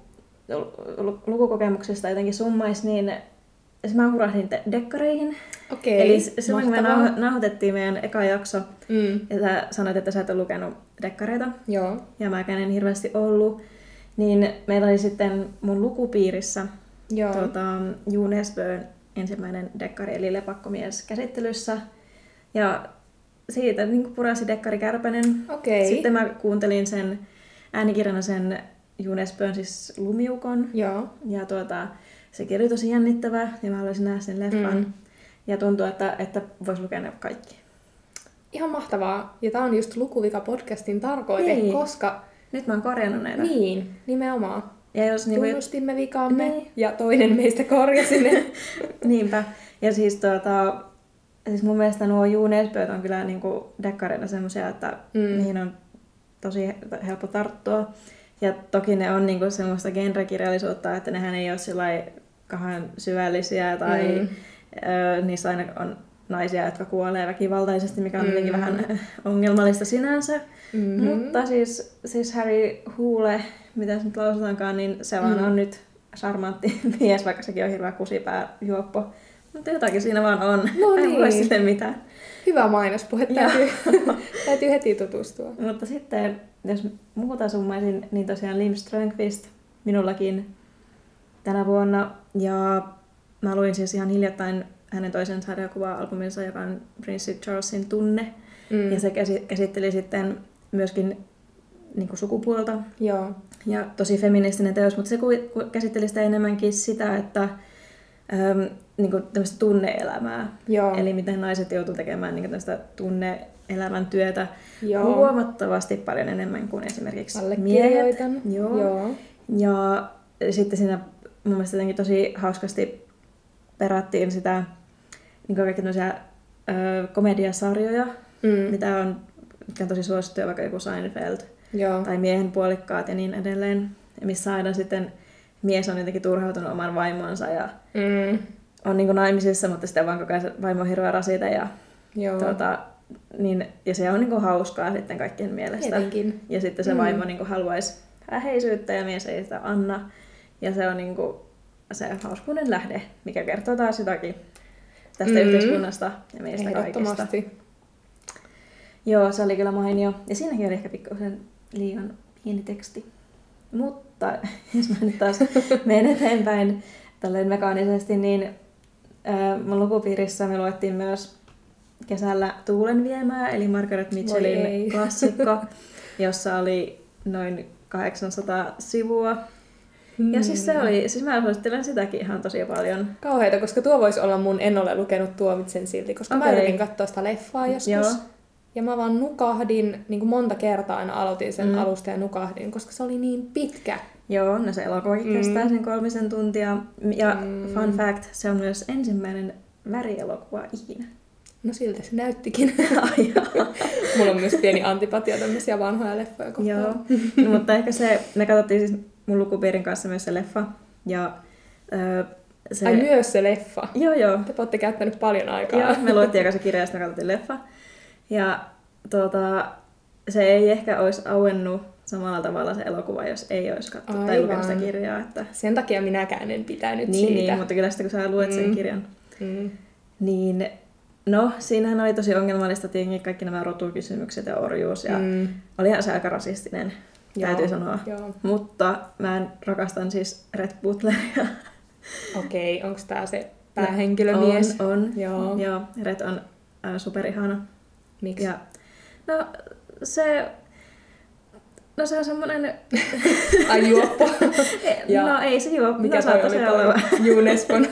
lukukokemuksista jotenkin summais, niin mä hurahdin dekkareihin. Okei, eli silloin kun me nauho- nauhoitettiin meidän eka jakso, mm. ja sä sanoit, että sä et ole lukenut dekkareita, Joo. ja mäkään en hirveästi ollut, niin meillä oli sitten mun lukupiirissä tuota, June Esbön ensimmäinen dekkari, eli Lepakkomies käsittelyssä. Ja siitä niin purasi dekkari Kärpänen. Okei. Sitten mä kuuntelin sen äänikirjana sen June Esbön, siis Lumiukon. Joo. Ja tuota, sekin oli tosi jännittävä, ja mä haluaisin nähdä sen leffan. Mm. Ja tuntuu, että, että voisi lukea ne kaikki. Ihan mahtavaa. Ja tää on just Lukuvika-podcastin tarkoite, niin. koska... Nyt mä oon korjannut näitä. Niin, nimenomaan. Ja jos tunnustimme vikaamme, niin. ja toinen meistä korjasi ne. Niinpä. Ja siis, tuota, siis mun mielestä nuo June Esböt on kyllä niinku dekkareina semmosia, että mm. niihin on tosi helppo tarttua. Ja toki ne on niinku semmoista genrekirjallisuutta, että nehän ei ole sillai kauhean syvällisiä tai mm. ö, niissä aina on naisia, jotka kuolee väkivaltaisesti, mikä on jotenkin mm. vähän ongelmallista sinänsä. Mm-hmm. Mutta siis, siis Harry Hole, mitä se nyt lausutaankaan, niin se vaan mm. on nyt charmantti mies, vaikka sekin on hirveä kusipää juoppo. Mutta jotakin siinä vaan on. No en niin. voi sille mitään. Hyvä mainospuhe, täytyy, täytyy heti tutustua. Mutta sitten, jos muuta summaisin, niin tosiaan Lim Strömquist minullakin tänä vuonna. Ja mä luin siis ihan hiljattain hänen toisen sarjakuva-albuminsa, joka on Prince Charlesin Tunne. Mm. Ja se käsitteli sitten myöskin niin kuin sukupuolta. Joo. Ja tosi feministinen teos, mutta se käsitteli sitä enemmänkin sitä, että äm, niin kuin tämmöistä tunne-elämää. Joo. Eli miten naiset joutuu tekemään niin kuin tämmöistä tunne-elämän työtä Joo. huomattavasti paljon enemmän kuin esimerkiksi miehet. Joo. Joo. Ja sitten siinä mun mielestä jotenkin tosi hauskasti perattiin sitä niin kuin kaikki tämmöisiä ö, komediasarjoja, mm. mitä on, mitkä on tosi suosittuja, vaikka joku Seinfeld. Joo. Tai Miehen puolikkaat ja niin edelleen. Ja missä aina sitten mies on jotenkin turhautunut oman vaimonsa ja mm. on niin kuin naimisissa, mutta sitten vaan koko ajan vaimo on hirveä rasita. Ja, tuota, niin, ja se on niin kuin hauskaa sitten kaikkien mielestä. Tietenkin. Ja sitten se mm. vaimo niin kuin haluaisi läheisyyttä ja mies ei sitä anna. Ja se on niin kuin se hauskuuden lähde, mikä kertoo taas jotakin tästä mm. yhteiskunnasta ja meistä kaikista. Joo, se oli kyllä mainio. Ja siinäkin oli ehkä pikkuisen liian pieni teksti. Mutta jos mä nyt taas menen eteenpäin tälleen mekaanisesti, niin äh, mun lukupiirissä me luettiin myös kesällä Tuulen viemää, eli Margaret Mitchellin klassikko, jossa oli noin kahdeksansataa sivua. Hmm. Ja siis se oli, siis mä suosittelen sitäkin ihan tosi paljon. Kauheita, koska tuo voisi olla mun en ole lukenut Tuomitsen silti, koska okay. mä yritin katsoa sitä leffaa joskus. Joo. Ja mä vaan nukahdin, niin kuin monta kertaa aina aloitin sen mm. alusta ja nukahdin, koska se oli niin pitkä. Joo, no se elokuvakin mm. kestää sen kolmisen tuntia. Ja Mm. fun fact, se on myös ensimmäinen värielokuva ikinä. No siltä se näyttikin. Ai joo. Mulla on myös pieni antipatia tämmöisiä vanhoja leffoja kohtaan. Joo, no, mutta ehkä se, me katsottiin siis mun lukupiirin kanssa myös se leffa. Ja, öö, se... Ai myös se leffa? Joo, joo. Te olette käyttänyt paljon aikaa. Joo, me luettiin aika se kirja ja sitten me katsottiin leffa. Ja tuota, se ei ehkä olisi auennut samalla tavalla se elokuva, jos ei olisi katsottu tai lukenut sitä kirjaa. Että... Sen takia minäkään en pitänyt niin, siitä. Niin, mutta kyllä sitten kun sä luet mm. sen kirjan, mm. niin no, siinähän oli tosi ongelmallista tietenkin kaikki nämä rotukysymykset ja orjuus. Ja mm. olihan se aika rasistinen, Joo, täytyy sanoa. joo. Mutta mä rakastan siis Red Butleria. Okei, okay, onko tää se päähenkilömies? On, on. Joo. Joo, Red on äh, superihana. Miksi? Ja, no, se... No se on semmonen... Ai juoppo. No ei se juoppo. Mikä no, toi oli toi Unescon?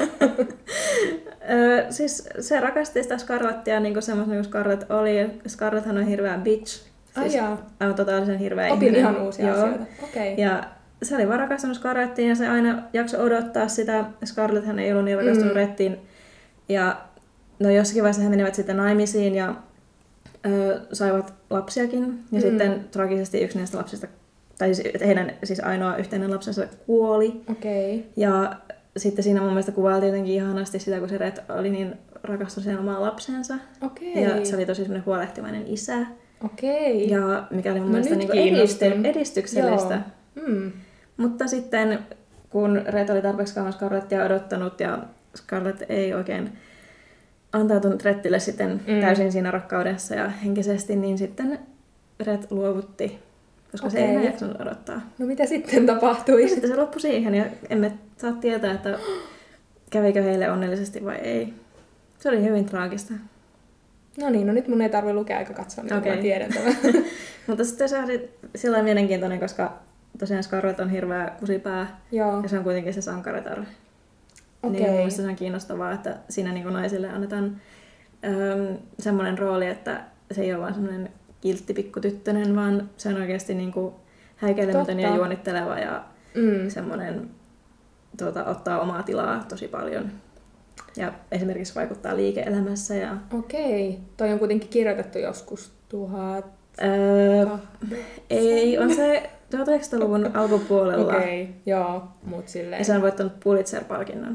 Siis se rakasti sitä Scarlettia niin kuin semmoisena kuin Scarlett oli. Scarletthan on hirveä bitch. Siis Ai aivan totaalisen hirveä Opin ihminen. ihan uusia Joo. asioita. Okay. Ja se oli vaan rakastunut Scarlettiin ja se aina jaksoi odottaa sitä. Scarletthan ei ollut niin rakastunut mm. Redtiin. Ja no jossakin vaiheessa he menivät sitten naimisiin ja ö, saivat lapsiakin. Ja mm. sitten traagisesti yksi näistä lapsista, tai siis heidän siis ainoa yhteinen lapsensa kuoli. Okay. Ja sitten siinä mun mielestä kuvailtiin jotenkin ihanasti sitä, kun se Red oli niin rakastunut siihen omaan lapsensa. Okay. Ja se oli tosi semmoinen huolehtivainen isä. Okei. Ja mikä oli mun No mielestä nyt niin kiinnostun. edistyksellistä. Mm. Mutta sitten kun Red oli tarpeeksi kauan Scarlettia odottanut ja Scarlett ei oikein antautunut Redille sitten mm. täysin siinä rakkaudessa ja henkisesti, niin sitten Red luovutti, koska okay. se ei enää jaksanut odottaa. No mitä sitten tapahtui? Ja sitten se loppui siihen ja emme saa tietää, että kävikö heille onnellisesti vai ei. Se oli hyvin traagista. No niin, no nyt mun ei tarvitse lukea eikä katsoa, mitä okay. mä tiedän tämän. Mutta sitten se oli sillä mielenkiintoinen, koska tosiaan Scarlett on hirveä kusipää. Joo. Ja se on kuitenkin se sankaritar. Okay. Niin mun mielestä se on kiinnostavaa, että siinä niin kuin naisille annetaan äm, semmoinen rooli, että se ei ole vaan semmoinen kiltti pikkutyttönen, vaan se on oikeasti niin kuin häikeilemätön ja juonitteleva ja mm. semmoinen tuota, ottaa omaa tilaa tosi paljon. Ja esimerkiksi vaikuttaa liike-elämässä. Ja... Okei. Toi on kuitenkin kirjoitettu joskus tuhat... Öö, ei, on se tuhatyhdeksänsataaluvun alkupuolella. Okei, okay, joo, mut silleen... Ja se on voittanut Pulitzer-palkinnon.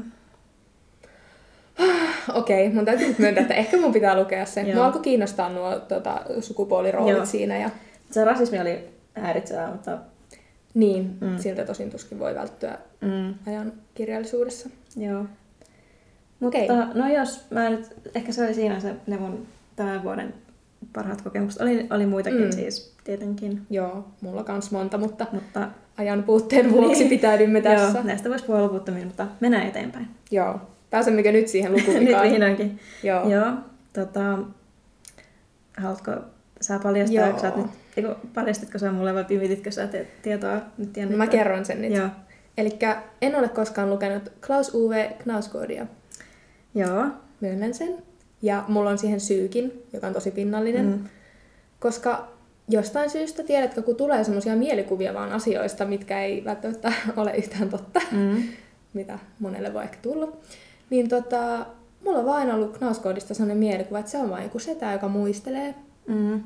Okei, okay, mun täytyy nyt myöntää, että ehkä mun pitää lukea se. Mua alkoi kiinnostaa nuo tota, sukupuoliroolit joo. siinä. Ja... Se rasismi oli häiritsevää, mutta... Niin, mm. siltä tosin tuskin voi välttyä mm. ajan kirjallisuudessa. Joo. Mutta okay. No jos mä nyt, ehkä se oli siinä se ne mun tämän vuoden parhaat kokemukset. Oli, oli muitakin mm. siis tietenkin. Joo, mulla kans monta, mutta, mutta ajan puutteen vuoksi niin. Pitäydymme tässä. Joo, näistä voisi puhua loputtomiin, mutta mennään eteenpäin. Joo, pääsemmekö nyt siihen lukuvikaan? Nyt vihdoinkin. Joo. Joo, tota, haluatko sä paljastaa, että sä nyt, eiku, paljastitko sä mulle vai pimititkö sä te, tietoa nyt jännittää? Mä kerron sen nyt. Joo. Elikkä en ole koskaan lukenut Klaus Uwe Knausgårdia. Joo. Myönnän sen. Ja mulla on siihen syykin, joka on tosi pinnallinen. Mm. Koska jostain syystä, tiedätkö, kun tulee semmoisia mielikuvia vaan asioista, mitkä ei välttämättä ole yhtään totta, mm. mitä monelle voi ehkä tullut, niin tota, mulla on vaan ollut Knausgårdista sellainen mielikuva, että se on vain joku setä, joka muistelee. Mm.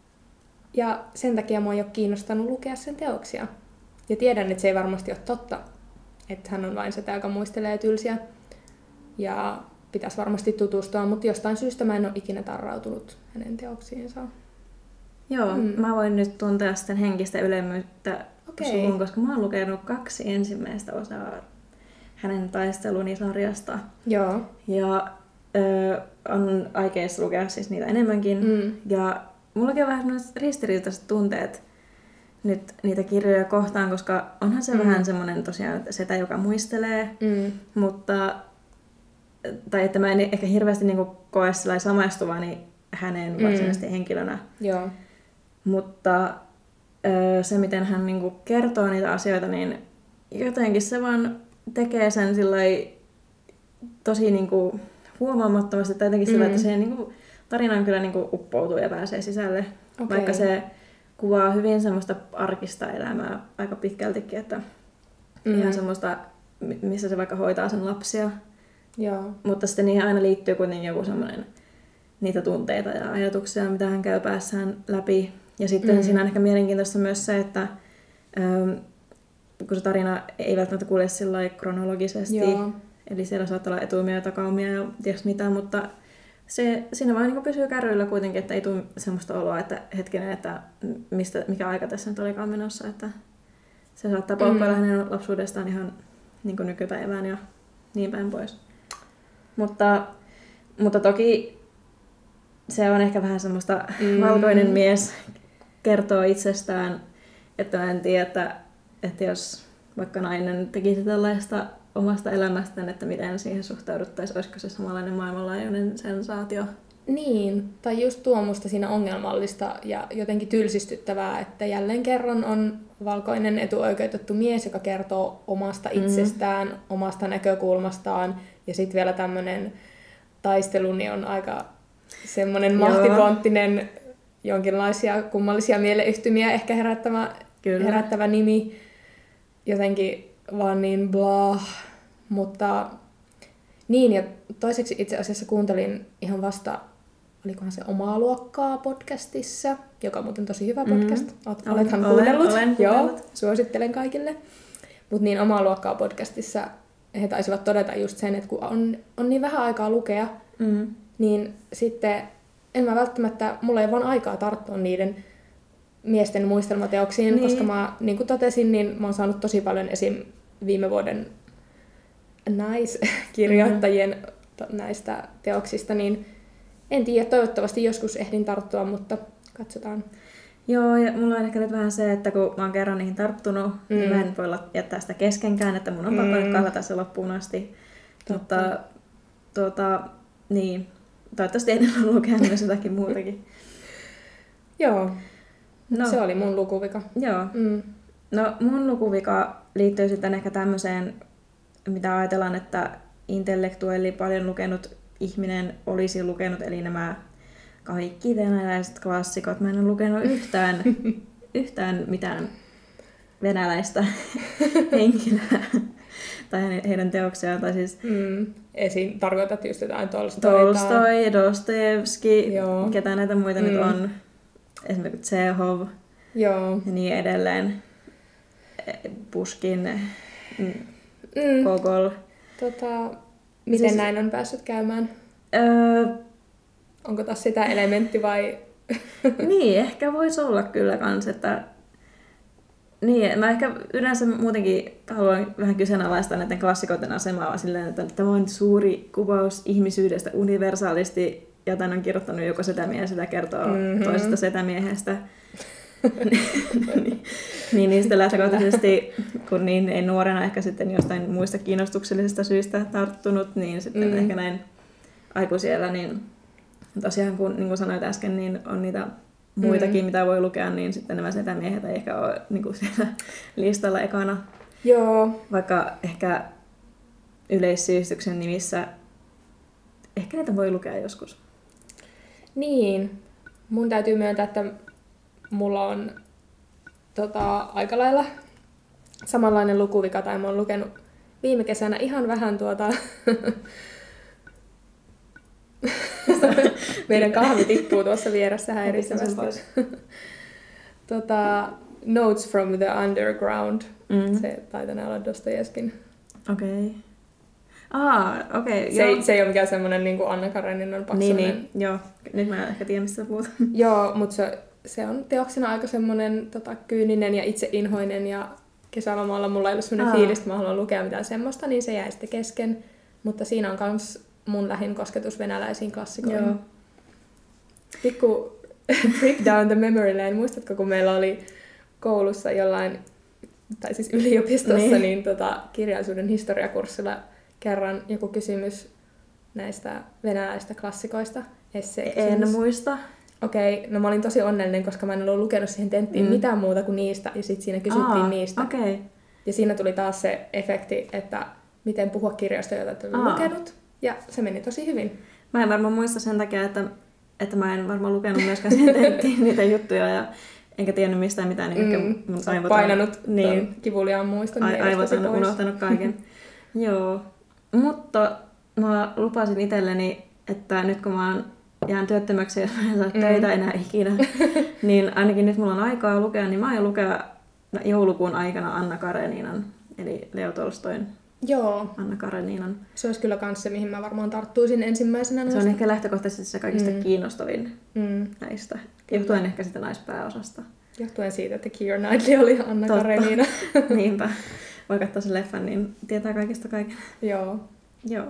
Ja sen takia mua ei ole kiinnostanut lukea sen teoksia. Ja tiedän, että se ei varmasti ole totta, että hän on vain setä, joka muistelee tylsiä. Ja pitäisi varmasti tutustua, mutta jostain syystä mä en ole ikinä tarrautunut hänen teoksiinsa. Joo, mm. mä voin nyt tuntea sitten henkistä ylemmyyttä okay. suhun, koska mä oon lukenut kaksi ensimmäistä osaa hänen taisteluni sarjasta. Joo. Ja ö, on aikeissa lukea siis niitä enemmänkin. Mm. Ja mullakin on vähän sellaiset ristiriitaiset tunteet nyt niitä kirjoja kohtaan, koska onhan se mm. vähän semmoinen tosiaan setä, joka muistelee, mm. mutta tai että mä en ehkä hirveästi niin kuin koe samaistuvani hänen varsinaisesti mm. henkilönä. Joo. Mutta se, miten hän niin kuin kertoo niitä asioita, niin jotenkin se vaan tekee sen sillai tosi niin kuin huomaamattomasti, tai jotenkin mm. sillä, että se niin kuin tarinaan kyllä niin kuin uppoutuu ja pääsee sisälle. Okay. Vaikka se kuvaa hyvin semmoista arkista elämää aika pitkältikin, että mm. ihan semmoista, missä se vaikka hoitaa sen lapsia. Joo. Mutta sitten niihin aina liittyy kuitenkin joku semmoinen niitä tunteita ja ajatuksia, mitä hän käy päässään läpi. Ja sitten mm. siinä on ehkä mielenkiintoista myös se, että ähm, kun se tarina ei välttämättä kulje sillä kronologisesti, Joo. eli siellä saattaa olla etuumia ja takaumia ja ties mitä, mutta se, siinä vaan niin pysyy kärryillä kuitenkin, että ei tule semmoista oloa, että hetkinen, että mistä, mikä aika tässä nyt olikaan menossa, että se saattaa paukkailla mm. hänen lapsuudestaan ihan niin kuin nykypäivään ja niin päin pois. Mutta, mutta toki se on ehkä vähän semmoista mm. valkoinen mies kertoo itsestään, että mä en tiedä, että, että jos vaikka nainen tekisi tällaista omasta elämästään, että miten siihen suhtauduttaisiin, olisiko se samanlainen maailmanlaajuinen sensaatio. Niin, tai just tuo musta siinä ongelmallista ja jotenkin tylsistyttävää, että jälleen kerran on valkoinen etuoikeutettu mies, joka kertoo omasta itsestään, mm. omasta näkökulmastaan, ja sitten vielä tämmöinen taistelu niin on aika semmoinen mahtiponttinen, jonkinlaisia kummallisia mieleyhtymiä ehkä herättävä, herättävä nimi, jotenkin vaan niin blah, mutta niin, ja toiseksi itse asiassa kuuntelin ihan vasta, olikohan se Omaa luokkaa podcastissa, joka on muuten tosi hyvä podcast. Mm-hmm. Olet, olethan olen, kuunnellut. Olen Joo, kuunnellut. Suosittelen kaikille. Mutta niin Omaa luokkaa podcastissa he taisivat todeta just sen, että kun on, on niin vähän aikaa lukea, mm-hmm. niin sitten en mä välttämättä, mulla ei vaan aikaa tarttua niiden miesten muistelmateoksiin, niin. koska mä, niin kuin totesin, niin mä oon saanut tosi paljon esim. Viime vuoden naiskirjoittajien mm-hmm. näistä teoksista, niin en tiedä, toivottavasti joskus ehdin tarttua, mutta katsotaan. Joo, ja mulla on ehkä nyt vähän se, että kun mä oon kerran niihin tarttunut, mm. niin mä en voi jättää sitä keskenkään, että mun on pakko mm. nyt kahlata se loppuun asti. Totta. Mutta tuota, niin, toivottavasti en ole lukenut myös jotakin muutakin. Joo, no. Se oli mun lukuvika. Joo. Mm. No mun lukuvika liittyy sitten ehkä tämmöiseen, mitä ajatellaan, että intellektuelli paljon lukenut ihminen olisi lukenut, eli nämä kaikki venäläiset klassikot. Mä en ole lukenut yhtään, yhtään mitään venäläistä henkilöä tai heidän teoksiaan. Tai siis mm. Esiin tarkoitat just jotain Tolstoita. Tolstoi, Dostojevski, ketä näitä muita mm. nyt on. Esimerkiksi Tsehov Joo. ja niin edelleen. Pushkin, mm. Gogol. Tota, miten siis, näin on päässyt käymään? Öö, Onko taas sitä elementti vai? Niin, ehkä voisi olla kyllä kans, että niin, mä ehkä yleensä muutenkin haluan vähän kyseenalaistaa näiden klassikoiden asemaa silleen, että tämä on suuri kuvaus ihmisyydestä universaalisti, ja tämän on kirjoittanut joko setämies, sitä kertoo mm-hmm. toisesta setämiehestä. niin, niin niistä lähtökohtaisesti, kun niin ei nuorena ehkä sitten jostain muista kiinnostuksellisista syistä tarttunut, niin sitten mm. ehkä näin aikuisiellä, niin tosiaan kun, niin kuin sanoit äsken, niin on niitä muitakin, mm. mitä voi lukea, niin sitten nämä setämiehet ei ehkä ole niin kuin siellä listalla ekana. Joo. Vaikka ehkä yleissivistyksen nimissä, ehkä niitä voi lukea joskus. Niin. Mun täytyy myöntää, että mulla on tota, aika lailla samanlainen lukuvika, tai mä oon lukenut viime kesänä ihan vähän tuota... Meidän kahvi tippuu tuossa vieressä häiritsevästi. tota, Notes from the Underground. Mm. Se taitaa olla Dostojevskin. Okei. Okay. Ah, okei. Okay, se, se ei ole mikään semmoinen niin kuin Anna Kareninan paksuinen. Niin, niin, joo. Nyt mä ehkä tiedän, mistä puhut. Joo, mutta se, se on teoksena aika semmoinen tota, kyyninen ja itseinhoinen, ja kesälomalla mulla ei ollut semmoinen fiilis, että mä haluan lukea mitään semmoista, niin se jäi sitten kesken. Mutta siinä on kans mun lähin kosketus venäläisiin klassikoihin. Joo. Pikku trip down the memory lane. Muistatko, kun meillä oli koulussa jollain, tai siis yliopistossa, niin, niin tota, kirjallisuuden historiakurssilla kerran joku kysymys näistä venäläistä klassikoista. En muista. Okei, okay, no mä olin tosi onnellinen, koska mä en ollut lukenut siihen tenttiin mm. mitään muuta kuin niistä, ja sitten siinä kysyttiin Aa, niistä. Okay. Ja siinä tuli taas se efekti, että miten puhua kirjoista, joita et ole lukenut. Ja se meni tosi hyvin. Mä en varmaan muista sen takia, että, että mä en varmaan lukenut myöskään sen tenttiin niitä juttuja. Ja enkä tiennyt mistään mitään, niin mm, mun aivot on painanut niin, kivuliaan muiston a- aivot on pois. Unohtanut kaiken. Joo, mutta mä lupasin itselleni, että nyt kun mä oon jään työttömäksi, jos mä en saa mm. töitä enää ikinä, niin ainakin nyt mulla on aikaa lukea, niin mä aion lukea joulukuun aikana Anna Kareninan, eli Leo Tolstoin Joo. Anna Kareninan. Se olisi kyllä kans se, mihin mä varmaan tarttuisin ensimmäisenä. Se noista. on ehkä lähtökohtaisesti se kaikista mm. kiinnostavin mm. näistä, johtuen ehkä sitä naispääosasta. Johtuen siitä, että Keira Knightley oli Anna Totta. Karenina. Niinpä. Voi katsoa sen leffan, niin tietää kaikista kaiken. Joo. Joo.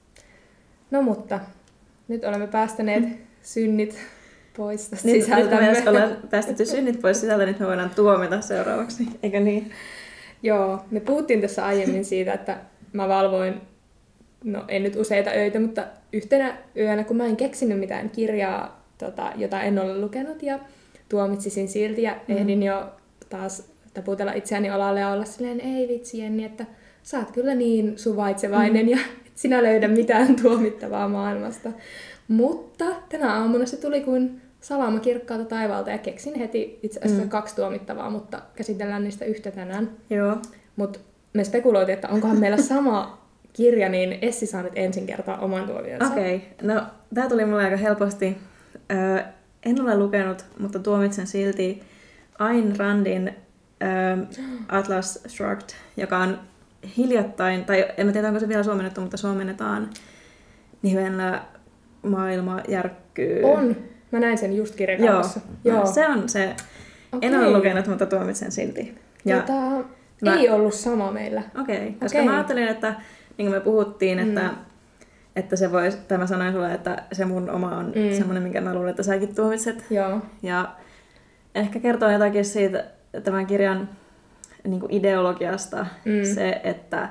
No mutta, nyt olemme päästäneet mm. synnit pois tästä nyt, sisältämme. Nyt me ollaan päästetty synnit pois sisältä, nyt me voidaan tuomita seuraavaksi, eikö niin? Joo, me puhuttiin tässä aiemmin siitä, että mä valvoin, no en nyt useita öitä, mutta yhtenä yönä, kun mä en keksinyt mitään kirjaa, tota, jota en ole lukenut, ja tuomitsisin silti, ja mm. ehdin jo taas taputella itseäni olalle ja olla silleen, ei vitsi Jenni, että sä oot kyllä niin suvaitsevainen, mm. ja et sinä löydä mitään tuomittavaa maailmasta. Mutta tänä aamuna se tuli kuin salama kirkkaalta taivaalta, ja keksin heti itse asiassa mm. kaksi tuomittavaa, mutta käsitellään niistä yhtä tänään. Joo. Mutta me spekuloitiin, että onkohan meillä sama kirja, niin Essi saa nyt ensin kertoa oman tuomionsa. Okei, okay. No tää tuli mulle aika helposti. Öö, en ole lukenut, mutta tuomitsen silti Ayn Randin öö, Atlas Shrugged, joka on hiljattain, tai en mä tiedä onko se vielä suomennettu, mutta suomennetaan nimellä Maailma järkkyy. On. Mä näin sen just kirjakaupassa. Joo, Joo. Se on se. Okay. En ole lukenut, mutta tuomitsen silti. Ja tota, mä... Ei ollut sama meillä. Okei, okay. Koska okay. mä ajattelin, että niin kuin me puhuttiin, että, mm. että se vois, tai mä sanoin sulle, että se mun oma on mm. semmoinen, minkä mä luulen, että säkin tuomitset. Joo. Ja ehkä kertoo jotakin siitä tämän kirjan niin kuin ideologiasta mm. se, että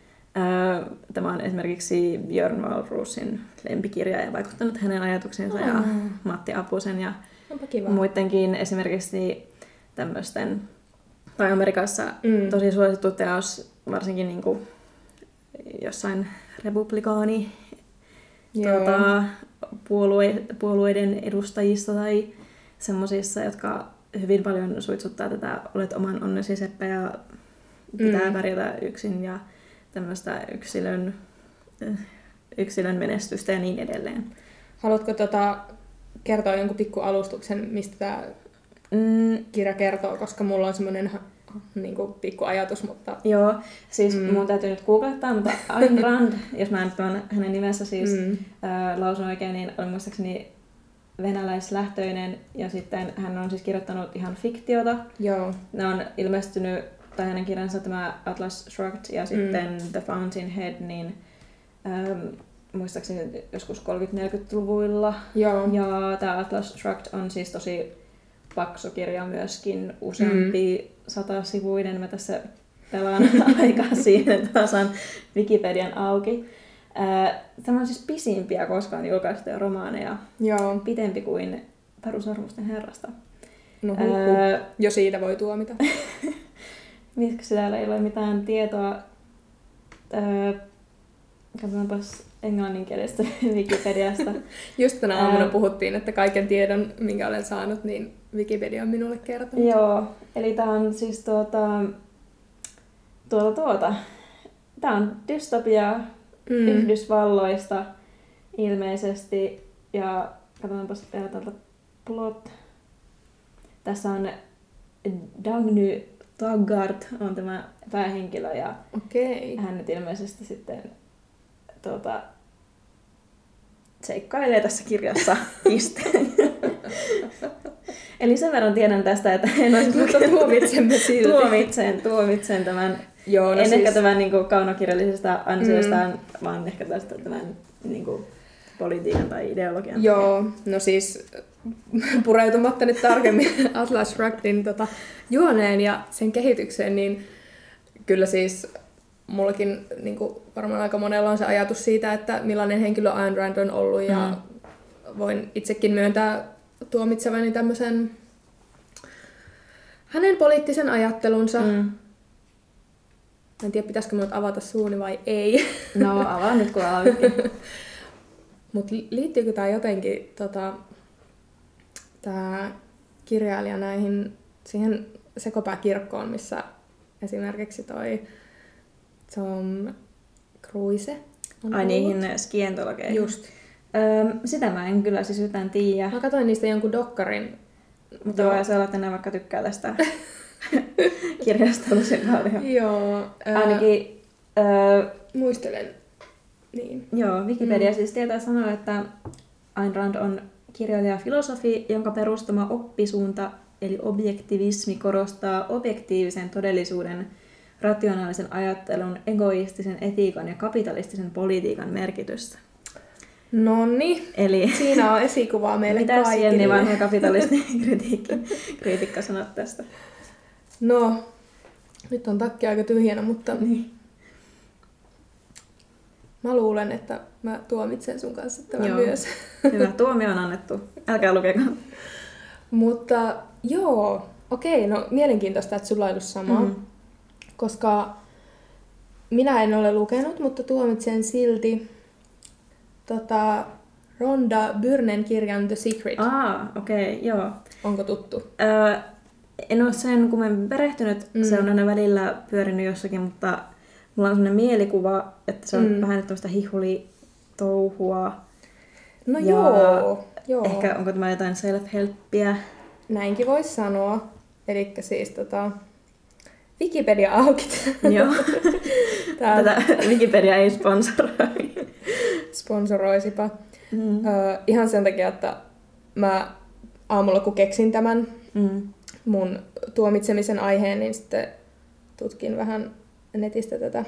ää, tämä on esimerkiksi Björn Wahlroosin lempikirja ja vaikuttanut hänen ajatuksiinsa oh. ja Matti Apusen ja muidenkin esimerkiksi tämmöisten, tai Amerikassa mm. tosi suosittu teos, varsinkin niin kuin jossain republikaani tuota, puolue, puolueiden edustajista tai semmoisissa, jotka hyvin paljon suitsuttaa tätä olet oman onnesi seppä ja pitää mm. pärjätä yksin ja tämmöistä yksilön, yksilön menestystä ja niin edelleen. Haluatko tota kertoa jonkun pikku alustuksen, mistä tämä mm. kirja kertoo, koska mulla on semmoinen niin kuin pikku ajatus, mutta... Joo, siis mm. mun täytyy nyt googlettaa, mutta Ayn Rand, jos mä nyt tuon hänen nimensä siis mm. äh, lausun oikein, niin on muistaakseni venäläislähtöinen, ja sitten hän on siis kirjoittanut ihan fiktiota. Joo. Ne on ilmestynyt, tai hänen kirjansa tämä Atlas Shrugged ja sitten mm. The Fountainhead, niin ähm, muistaakseni joskus kolmekymmentä-neljäkymmentäluvuilla. Joo. Ja tämä Atlas Shrugged on siis tosi paksu kirja myöskin, useampi mm. satasivuinen. Mä tässä pelaan aikaa siihen, että mä saan Wikipedian auki. Tämä on siis pisimpiä koskaan julkaistuja romaaneja. Joo. Pitempi kuin Taru Sormusten herrasta. No huhhuh. Ää... Jo siitä voi tuomita. Miksi täällä ei ole mitään tietoa? Ää... Katsotaanpas englanninkielistä Wikipediasta. Just tänä aamuna Ää... puhuttiin, että kaiken tiedon, minkä olen saanut, niin Wikipedia on minulle kertonut. Joo, eli tämä on siis tuota... Tuota tuota. Tämä on dystopia mm. Yhdysvalloista ilmeisesti. Ja katsotaanpas vielä täältä plot. Tässä on Dagny Taggart on tämä päähenkilö ja okay. hän nyt ilmeisesti sitten tuota, seikkailee tässä kirjassa pisteen. Eli sen verran tiedän tästä, että en olisi lukenut. Tuomitsemme silti. Tuomitsen, tuomitsen tämän. Joo, no en siis... ehkä tämän niin kuin, kaunokirjallisesta ansiostaan, mm. vaan ehkä tästä tämän niin kuin, politiikan tai ideologian. Joo, no siis pureutumatta nyt tarkemmin Atlas Shruggedin tota, juoneen ja sen kehitykseen, niin kyllä siis mullakin niin kuin varmaan aika monella on se ajatus siitä, että millainen henkilö Ayn Rand on ollut ja mm. voin itsekin myöntää tuomitsevani tämmöisen hänen poliittisen ajattelunsa. Mm. En tiedä, pitäisikö minut avata suuni vai ei. No, avaa nyt kun aloitkin. Mutta liittyykö tämä jotenkin, tota, tämä kirjailija näihin, siihen sekopääkirkkoon, missä esimerkiksi toi Tom Cruise on Ai ollut. niihin skientologeihin. Just. Öö, sitä mä en kyllä siis yhtään tiedä. Mä katsoin niistä jonkun dokkarin. Mutta voi se olla, että ne vaikka tykkää tästä kirjasta tosi paljon. Joo. Ää, Ainakin, öö, muistelen. Niin. joo, Wikipedia mm. siis tietää sanoa, että Ayn Rand on kirjailija ja filosofi, jonka perustama oppisuunta eli objektivismi korostaa objektiivisen todellisuuden, rationaalisen ajattelun, egoistisen etiikan ja kapitalistisen politiikan merkitystä. Nonni, Eli siinä on esikuvaa meille mitä kaikille. Mitä Jenni vanha kapitalistin kriitikka sanot tästä? No, nyt on takki aika tyhjänä, mutta niin. Mä luulen, että mä tuomitsen sun kanssa tämän joo. myös. Hyvä, tuomio on annettu. Älkää lukeko. Mutta joo, okei, no mielenkiintoista, että sulla ei ollut samaa. Mm. Koska minä en ole lukenut, mutta tuomitsen silti tota, Rhonda Byrnen kirjan The Secret. Aa, okei, okay, joo. Onko tuttu? Öö, en ole sen kummemmin perehtynyt. Mm. Se on aina välillä pyörinyt jossakin, mutta mulla on sellainen mielikuva, että se on mm. vähän tämmöistä hihuli-touhua. No joo, joo. Ehkä onko tämä jotain self-helppiä? Näinkin voisi sanoa. Elikkä siis tota... Wikipedia auki. Joo. Tätä Wikipedia ei sponsoroi. Sponsoroisipa. Mm. Ö, ihan sen takia, että mä aamulla kun keksin tämän mm. mun tuomitsemisen aiheen, niin sitten tutkin vähän netistä tätä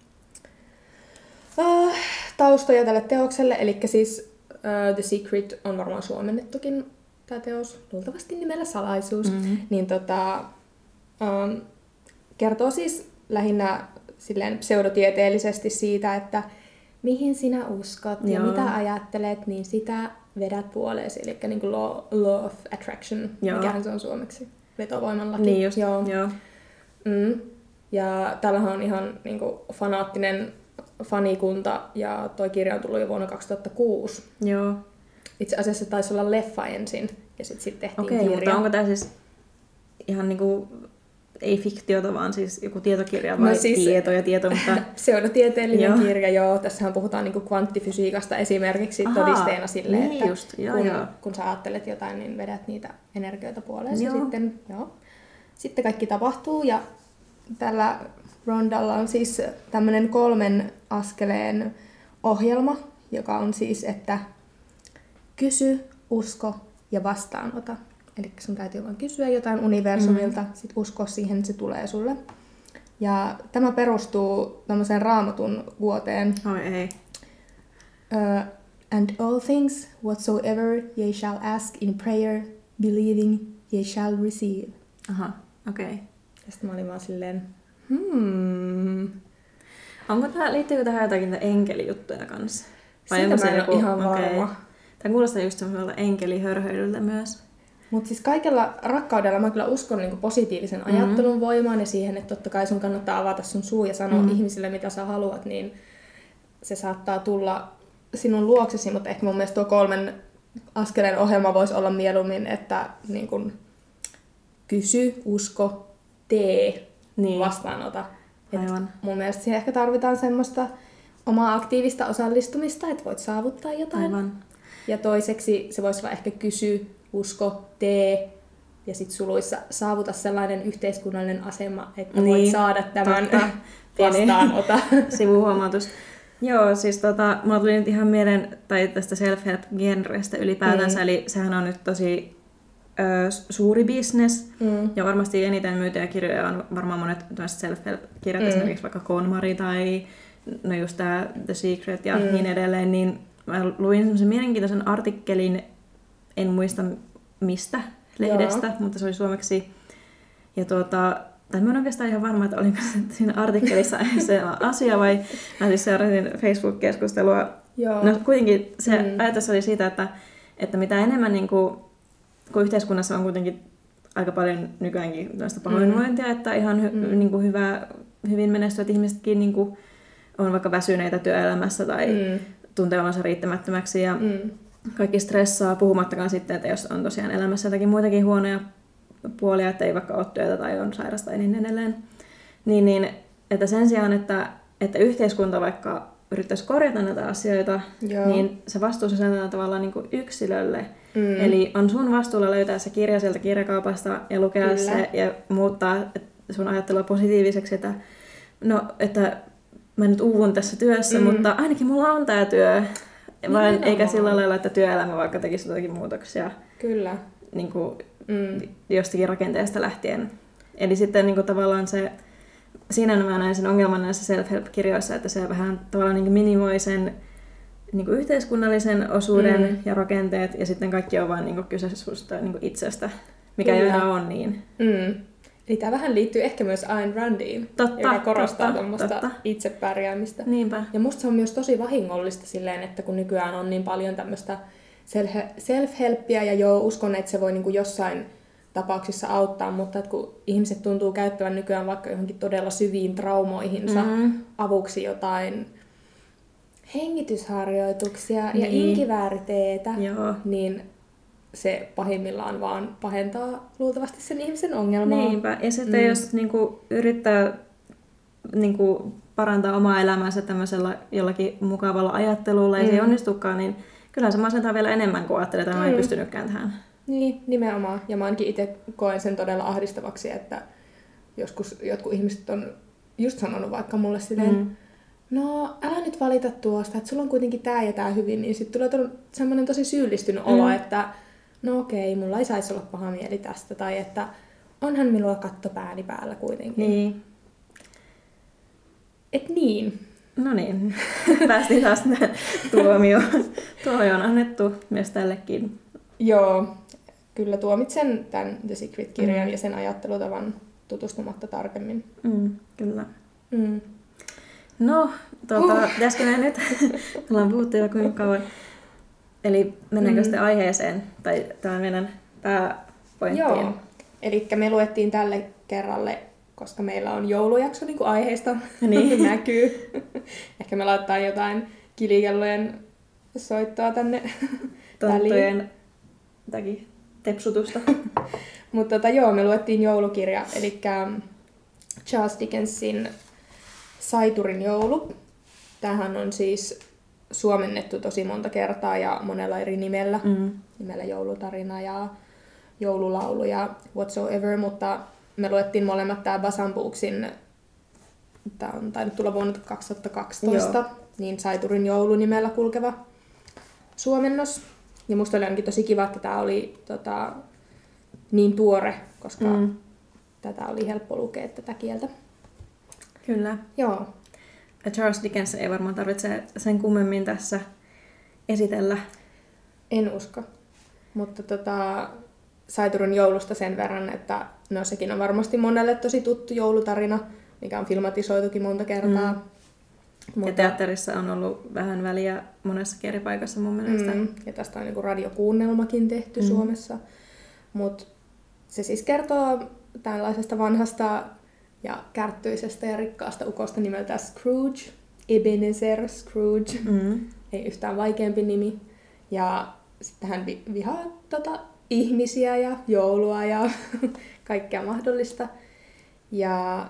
uh, taustoja tälle teokselle. Eli siis uh, The Secret on varmaan suomennettukin tämä teos, luultavasti nimellä Salaisuus. Mm-hmm. Niin tota... Um, kertoo siis lähinnä silleen pseudotieteellisesti siitä, että mihin sinä uskot Joo. ja mitä ajattelet, niin sitä vedät puoleesi. Eli niin kuin law, law of attraction, Joo. mikähän se on suomeksi, vetovoiman laki. Niin just, Joo. Joo. Mm. Ja täällähän on ihan niin kuin fanaattinen fanikunta, ja toi kirja on tullut jo vuonna kaksituhattakuusi. Joo. Itse asiassa taisi olla leffa ensin, ja sitten sit tehtiin Okei, kirja. Mutta onko tämä siis ihan niinku... Ei fiktiota, vaan siis joku tietokirja vai no siis, tieto ja tieto, mutta... Pseudotieteellinen joo. kirja, joo. Tässähän puhutaan niinku kvanttifysiikasta esimerkiksi Aha, todisteena sille, niin että just, joo, kun, joo. kun sä ajattelet jotain, niin vedät niitä energioita puoleen. Ja sitten, joo. sitten kaikki tapahtuu ja tällä Rhondalla on siis tämmöinen kolmen askeleen ohjelma, joka on siis, että kysy, usko ja vastaanota. Eli sun täytyy vaan kysyä jotain universumilta, mm. sit uskoa siihen, että se tulee sulle. Ja tämä perustuu tämmöiseen Raamatun vuoteen. Oi ei. Uh, and all things whatsoever ye shall ask in prayer, believing ye shall receive. Aha, okei. Okay. Ja sitten mä olin vaan silleen, hmm. Onko tää, liittyykö tähän jotakin enkelijuttuja kanssa? Vai sitä mä en joku, ole ihan varma. Okay. Tämä kuulostaa just semmoiselta enkelihörhöilyltä myös. Mutta siis kaikella rakkaudella mä kyllä uskon niinku positiivisen mm-hmm. ajattelun voimaan ja siihen, että totta kai sun kannattaa avata sun suu ja sanoa mm-hmm. ihmisille, mitä sä haluat, niin se saattaa tulla sinun luoksesi, mutta ehkä mun mielestä tuo kolmen askeleen ohjelma voisi olla mieluummin, että niin kun, kysy, usko, tee, niin. vastaanota. Aivan. Mun mielestä siihen ehkä tarvitaan semmoista omaa aktiivista osallistumista, että voit saavuttaa jotain. Aivan. Ja toiseksi se voisi olla ehkä kysy, usko, tee ja sitten suluissa saavuta sellainen yhteiskunnallinen asema, että niin, voit saada tämän vastaanota. Sivuhuomautus. Joo, siis tota, mulla tuli nyt ihan mieleen tai tästä self-help-genrestä ylipäätänsä, mm. eli sehän on nyt tosi ö, suuri business, mm. ja varmasti eniten myytyjä kirjoja on varmaan monet self-help-kirjat, mm. esimerkiksi vaikka KonMari tai no just tää The Secret ja mm. niin edelleen, niin mä luin semmoisen mielenkiintoisen artikkelin, en muista mistä lehdestä, Joo. mutta se oli suomeksi. Ja tuota, tai mä en oikeastaan ihan varma, että oliko se siinä artikkelissa se asia vai mä siis seurasin Facebook-keskustelua. Joo. No kuitenkin se mm. ajatus oli siitä, että, että mitä enemmän niin kuin, kun yhteiskunnassa on kuitenkin aika paljon nykyäänkin tällaista pahoinvointia, mm. että ihan hy, mm. niin kuin hyvä, hyvin menestyvät ihmisetkin niin kuin, on vaikka väsyneitä työelämässä tai mm. tuntee olonsa riittämättömäksi ja mm. kaikki stressaa, puhumattakaan sitten, että jos on tosiaan elämässä jotakin muitakin huonoja puolia, että ei vaikka ole työtä tai on sairasta ja niin edelleen. Niin, niin, että sen sijaan, että, että yhteiskunta vaikka yrittäisi korjata näitä asioita, Joo. niin se vastuu sisältää tavallaan niin kuin yksilölle. Mm. Eli on sun vastuulla löytää se kirja sieltä kirjakaupasta ja lukea Kyllä. se ja muuttaa sun ajattelua positiiviseksi, että, no, että mä nyt uuvun tässä työssä, mm. mutta ainakin mulla on tää työ. Vaan eikä sillä lailla, että työelämä vaikka tekisi jotakin muutoksia. Kyllä. Niin kuin mm. jostakin rakenteesta lähtien. Eli sitten niin kuin tavallaan se, siinä mä näen sen ongelman näissä self-help-kirjoissa, että se vähän tavallaan niin kuin minimoi sen niin kuin yhteiskunnallisen osuuden mm. ja rakenteet, ja sitten kaikki on vaan niin kuin kyse susta niin kuin itsestä, mikä ei aina ole niin. Mm. Eli tämä vähän liittyy ehkä myös Ayn Randiin, totta, joka korostaa totta, tuommoista totta. itsepärjäämistä. Niinpä. Ja musta se on myös tosi vahingollista silleen, että kun nykyään on niin paljon tämmöistä self-helppiä, ja joo, uskon, että se voi niinku jossain tapauksissa auttaa, mutta että kun ihmiset tuntuu käyttävän nykyään vaikka johonkin todella syviin traumoihinsa mm-hmm. avuksi jotain hengitysharjoituksia niin. ja inkivääriteetä, Joo. niin se pahimmillaan vaan pahentaa luultavasti sen ihmisen ongelmaa. Niinpä. Ja sitten mm. jos niinku, yrittää niinku, parantaa omaa elämäänsä tämmöisellä jollakin mukavalla ajattelulla ja mm. se ei onnistukaan, niin kyllähän se masentaa vielä enemmän kuin ajattelee, että mä en mm. pystynytkään tähän. Niin, nimenomaan. Ja mä ainakin itse koen sen todella ahdistavaksi, että joskus jotkut ihmiset on just sanonut vaikka mulle silleen, mm. no älä nyt valita tuosta, että sulla on kuitenkin tää ja tää hyvin, niin sitten tulee semmoinen tosi syyllistynyt mm. olo, että no okei, mulla ei saisi olla paha mieli tästä, tai että onhan minulla katto pääni päällä kuitenkin. Niin. Et niin. No niin, päästiin taas tuomioon. Tuomio on annettu myös tällekin. Joo, kyllä tuomitsen tämän The Secret-kirjan mm. ja sen ajattelutavan tutustumatta tarkemmin. Mm, kyllä. Mm. No, tuota, uh. pitäisikö me nyt? Ollaan puhuttu jo kuinka kauan. Eli mennäänkö mm. sitten aiheeseen, tai tämän meidän pääpointtiin? Joo, eli me luettiin tälle kerralle, koska meillä on joulujakso niin kuin aiheesta niin. näkyy. Ehkä me laittaa jotain kilikellojen soittoa tänne tonttojen jotakin tepsutusta. Mutta tota, joo, me luettiin joulukirja, eli Charles Dickensin Saiturin joulu. Tämähän on siis suomennettu tosi monta kertaa ja monella eri nimellä. Mm. Nimellä joulutarina ja joululaulu ja whatsoever, mutta me luettiin molemmat tää Basambuuksin, tää on tainnut tulla vuonna kaksituhattakaksitoista, Joo. niin Saiturin joulu nimellä kulkeva suomennos. Ja musta oli ainakin tosi kiva, että tää oli tota, niin tuore, koska mm. tätä oli helppo lukea tätä kieltä. Kyllä. Joo. Ja Charles Dickens ei varmaan tarvitse sen kummemmin tässä esitellä. En usko. Mutta tota, Saiturin joulusta sen verran, että no sekin on varmasti monelle tosi tuttu joulutarina, mikä on filmatisoitukin monta kertaa. Mm. Mutta... Ja teatterissa on ollut vähän väliä monessa eri paikassa mun mielestä. Mm. Ja tästä on niinku radiokuunnelmakin tehty mm. Suomessa. Mutta se siis kertoo tällaisesta vanhasta ja kärttyisestä ja rikkaasta ukosta nimeltä Scrooge. Ebenezer Scrooge. Mm. Ei yhtään vaikeampi nimi. Ja sitten hän vi- vihaa tota, ihmisiä ja joulua ja kaikkea mahdollista. Ja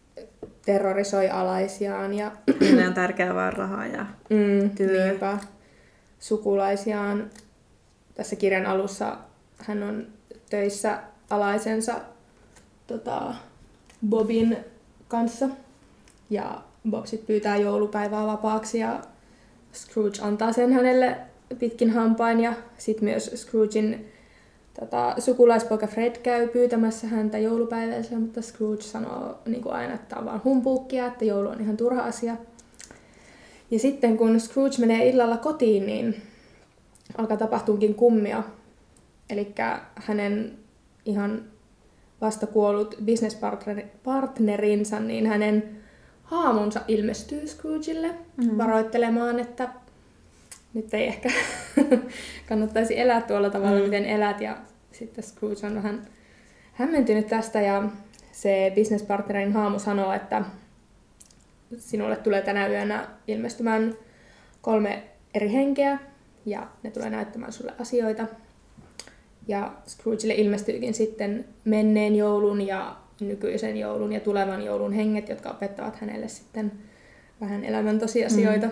terrorisoi alaisiaan. Ja niille on tärkeää vaan rahaa ja mm, työ. Niinpä. Sukulaisiaan. Tässä kirjan alussa hän on töissä alaisensa tota, Bobin kanssa. Ja Bob sit pyytää joulupäivää vapaaksi ja Scrooge antaa sen hänelle pitkin hampain. Ja sitten myös Scroogen tota, sukulaispoika Fred käy pyytämässä häntä joulupäivänsä, mutta Scrooge sanoo niin kuin aina, että on vaan humpuukkia, että joulu on ihan turha asia. Ja sitten kun Scrooge menee illalla kotiin, niin alkaa tapahtuukin kummia. Eli hänen ihan vasta kuollut business-partnerinsa, niin hänen haamonsa ilmestyy Scroogelle mm-hmm. varoittelemaan, että nyt ei ehkä kannattaisi elää tuolla tavalla, mm. miten elät. Ja sitten Scrooge on vähän hämmentynyt tästä ja se business-partnerin haamu sanoo, että sinulle tulee tänä yönä ilmestymään kolme eri henkeä ja ne tulee näyttämään sulle asioita. Ja Scroogelle ilmestyykin sitten menneen joulun ja nykyisen joulun ja tulevan joulun henget, jotka opettavat hänelle sitten vähän elämän tosiasioita. Mm.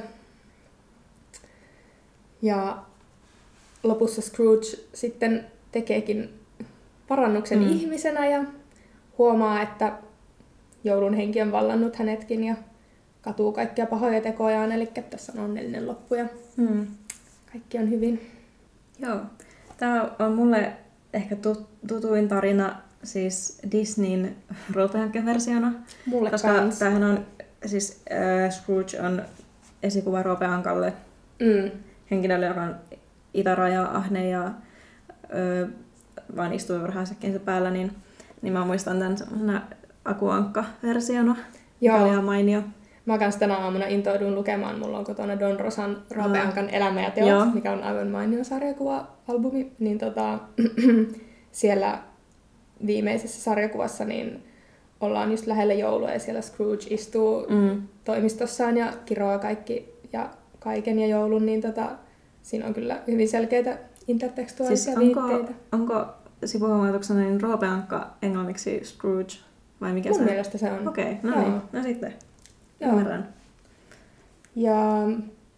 Ja lopussa Scrooge sitten tekeekin parannuksen mm. ihmisenä ja huomaa, että joulun henki on vallannut hänetkin ja katuu kaikkia pahoja tekojaan, eli tässä on onnellinen loppu ja mm. kaikki on hyvin. Joo. Tämä on mulle ehkä tutuin tarina siis Disneyn Roope-hanke-versiona. Mulle koska kans. Tämähän on, siis äh, Scrooge on esikuva Roope-hankalle mm. henkilölle, joka on itäraja, ahne ja ö, vaan istuu varhaisekkensä päällä, niin, niin mä muistan tämän semmoisena Akuankka-versiona, joka oli ihan mainio. Mä kans tänä aamuna intouduin lukemaan. Mulla on kotona Don Rosan Roope-hankan elämä ja teot, Joo. mikä on aivan mainio sarjakuva-albumi. Niin tota, siellä viimeisessä sarjakuvassa niin ollaan just lähellä joulua ja siellä Scrooge istuu mm. toimistossaan ja kiroaa kaikki ja kaiken ja joulun, niin tota, siinä on kyllä hyvin selkeitä intertekstuaalisia siis onko, viitteitä. Onko sivuhuomautuksena niin Roope-hankka englanniksi Scrooge vai mikä Mun se on? Mun mielestä se on. Okei, okay, no Joo. niin, no sitten. Joo. Ymmärrän. Ja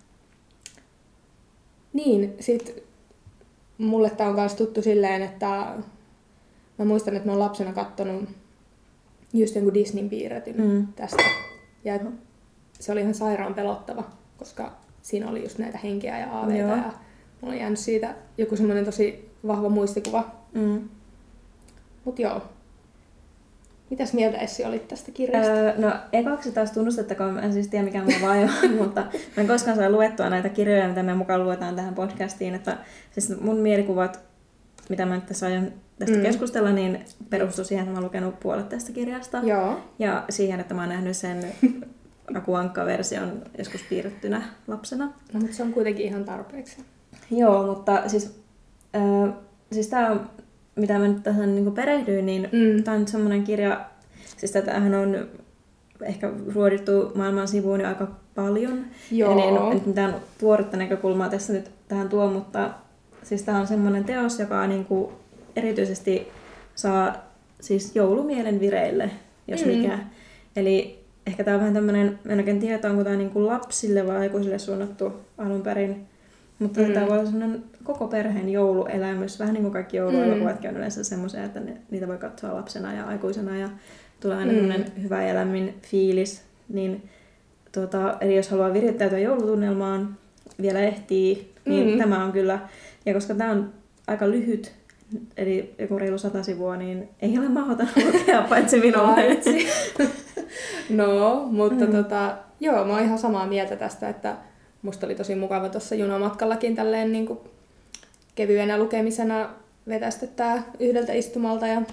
niin, sit mulle tää on kans tuttu silleen, että mä muistan, että mä oon lapsena kattonut just jonkun Disneyn piirretyn mm. tästä. Ja se oli ihan sairaan pelottava, koska siinä oli just näitä henkeä ja aaveita. Joo. Ja mulla on jäänyt siitä joku semmoinen tosi vahva muistikuva. Mm. Mut joo. Mitäs mieltä Essi olit tästä kirjasta? Öö, no ekaksi taas tunnustettakoon, mä en siis tiedä mikä mulla vaiva, mutta mä en koskaan saa luettua näitä kirjoja, mitä me mukaan luetaan tähän podcastiin. Että siis mun mielikuvat, mitä mä nyt tässä aion tästä mm. keskustella, niin perustuu siihen, että mä oon lukenut puolet tästä kirjasta. Joo. Ja siihen, että mä oon nähnyt sen Akuankka-version joskus piirrettynä lapsena. No mutta se on kuitenkin ihan tarpeeksi. Joo, mutta siis, äh, siis tää on, mitä mä nyt tähän niin perehdyin, niin mm. tää on nyt semmonen kirja, siis tätähän on ehkä ruodittu maailman sivuun jo aika paljon. Joo. Eli en nyt mitään tuoretta näkökulmaa tässä nyt tähän tuo, mutta siis tää on semmonen teos, joka niin kuin erityisesti saa siis joulumielen vireille, jos mm. mikä. Eli ehkä tää on vähän tämmönen, en oikein tiedä, onko tää niin kuin lapsille vai aikuisille suunnattu alun perin. Mutta mm. tämä voi olla sellainen koko perheen jouluelämys, vähän niin kuin kaikki jouluelokuvatkin on yleensä semmoisia, että ne, niitä voi katsoa lapsena ja aikuisena ja tulee aina mm. hyvä elämin fiilis. Niin, tuota, eli jos haluaa virittäytyä joulutunnelmaan, vielä ehtii, niin mm. tämä on kyllä. Ja koska tämä on aika lyhyt, eli joku reilu sata sivua, niin ei ole mahdoton lukea paitsi minulle. No, mutta mm. tota, joo, mä oon ihan samaa mieltä tästä, että musta oli tosi mukava tuossa junamatkallakin tälleen niin kuin kevyenä lukemisena vetästetään yhdeltä istumalta. Ja,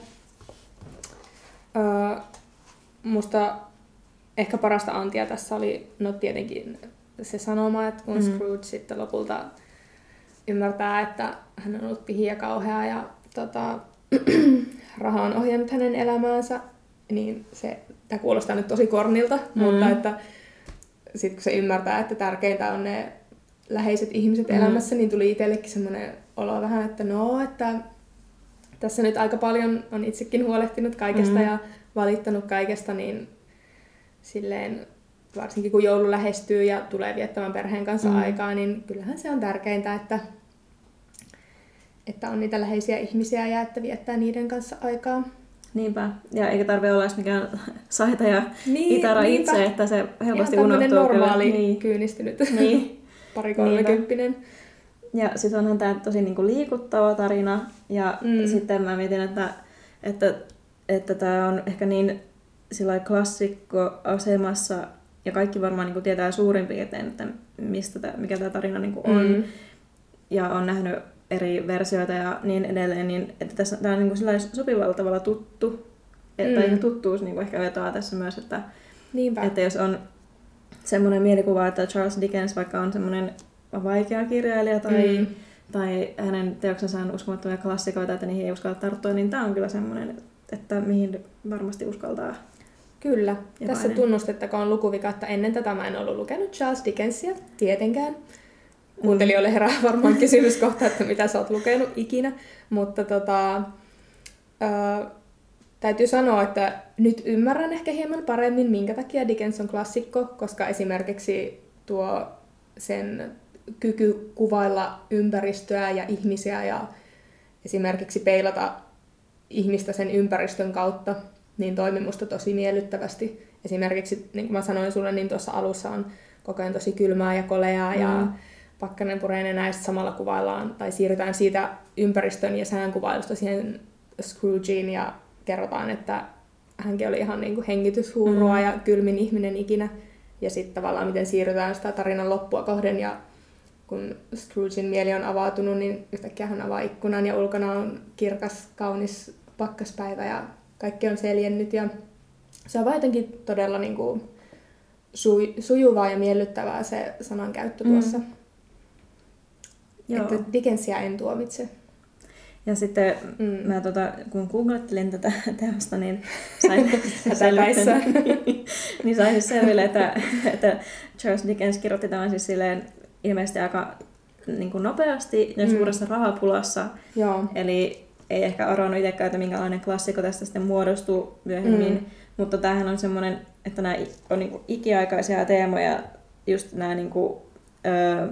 öö, musta ehkä parasta antia tässä oli no tietenkin se sanoma, että kun mm. Scrooge sitten lopulta ymmärtää, että hän on ollut pihiä kauhea ja tota, raha on ohjannut hänen elämäänsä, niin se, tämä kuulostaa nyt tosi kornilta, mm. mutta että sitten kun se ymmärtää, että tärkeintä on ne läheiset ihmiset mm. elämässä, niin tuli itsellekin semmoinen olo vähän, että no, että tässä nyt aika paljon on itsekin huolehtinut kaikesta mm. ja valittanut kaikesta, niin silleen, varsinkin kun joulu lähestyy ja tulee viettämään perheen kanssa mm. aikaa, niin kyllähän se on tärkeintä, että, että on niitä läheisiä ihmisiä ja että viettää niiden kanssa aikaa. Niinpä. Ja eikä tarvitse olla edes mikään saita ja niin, itara niinpä. itse, että se helposti ihan unohtuu. Ihan normaali, niin. kyynistynyt, niin. pari kolmekymppinen. Ja sitten onhan tämä tosi niinku liikuttava tarina. Ja mm. sitten mä mietin, että että että tämä on ehkä niin klassikkoasemassa, ja kaikki varmaan niinku tietää suurin piirtein, että mistä tää, mikä tämä tarina niinku on. Mm. Ja on nähnyt eri versioita ja niin edelleen, niin että tässä tämä on niinku sopivalla tavalla tuttu. Mm. Tai tuttuus niinku ehkä vetoaa tässä myös, että, että jos on semmoinen mielikuva, että Charles Dickens vaikka on semmoinen vaikea kirjailija tai, mm. tai hänen teoksensa on uskomattomia klassikoita, että niihin ei uskalla tarttua, niin tämä on kyllä semmoinen, että mihin varmasti uskaltaa. Kyllä. Jokainen. Tässä tunnustettakoon lukuvika, että ennen tätä mä en ollut lukenut Charles Dickensia, tietenkään. kuuntelijoille herää varmaan kysymyskohta, että mitä sä oot lukenut ikinä. Mutta tota, ää, täytyy sanoa, että nyt ymmärrän ehkä hieman paremmin, minkä takia Dickens on klassikko, koska esimerkiksi tuo sen kyky kuvailla ympäristöä ja ihmisiä ja esimerkiksi peilata ihmistä sen ympäristön kautta, niin toimi musta tosi miellyttävästi. Esimerkiksi, niin kuin mä sanoin sulle, niin tuossa alussa on koko ajan tosi kylmää ja koleaa mm. ja pakkanen puree näistä samalla kuvaillaan, tai siirrytään siitä ympäristön ja sään kuvailusta siihen Scroogeen ja kerrotaan, että hänkin oli ihan niin kuin hengityshuurua mm. ja kylmin ihminen ikinä. Ja sitten tavallaan miten siirrytään sitä tarinan loppua kohden ja kun Scroogen mieli on avautunut, niin yhtäkkiä hän avaa ikkunan ja ulkona on kirkas, kaunis pakkaspäivä ja kaikki on seljennyt. Ja se on vaan jotenkin todella niin kuin su- sujuvaa ja miellyttävää se sanankäyttö tuossa. Mm. Että Dickensia en tuomitse. Ja sitten mm. mä tota, kun googlettelin tätä teosta, niin sain selville, niin sain siis selville, että, että Charles Dickens kirjoitti tämän siis silleen ilmeisesti aika niin kuin nopeasti ja suuressa mm. rahapulassa. Joo. Eli ei ehkä arvannut itsekään, että minkälainen klassikko tästä sitten muodostuu myöhemmin. Mm. Mutta tämähän on semmoinen, että nämä on niin kuin ikiaikaisia teemoja, just nämä niin kuin, öö,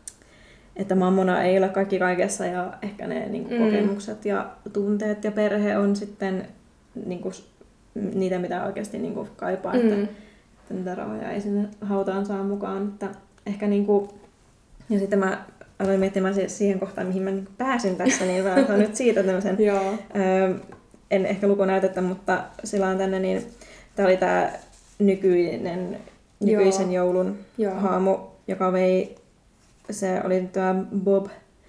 että mammona ei ole kaikki kaikessa ja ehkä ne niin kuin, mm. kokemukset ja tunteet ja perhe on sitten niin kuin, niitä, mitä oikeasti niin kuin, kaipaa, mm. että, että niitä rahoja ei sinne hautaan saa mukaan. Että ehkä, niin kuin, ja sitten mä aloin miettimään siihen kohtaan, mihin mä niin kuin, pääsin tässä, niin mä otan nyt siitä tämmöisen, öö, en ehkä lukunäytettä, mutta sillä on tänne, niin tää oli tää nykyinen, nykyisen Joo. joulun Joo. haamu, joka vei. Se oli tämä Bob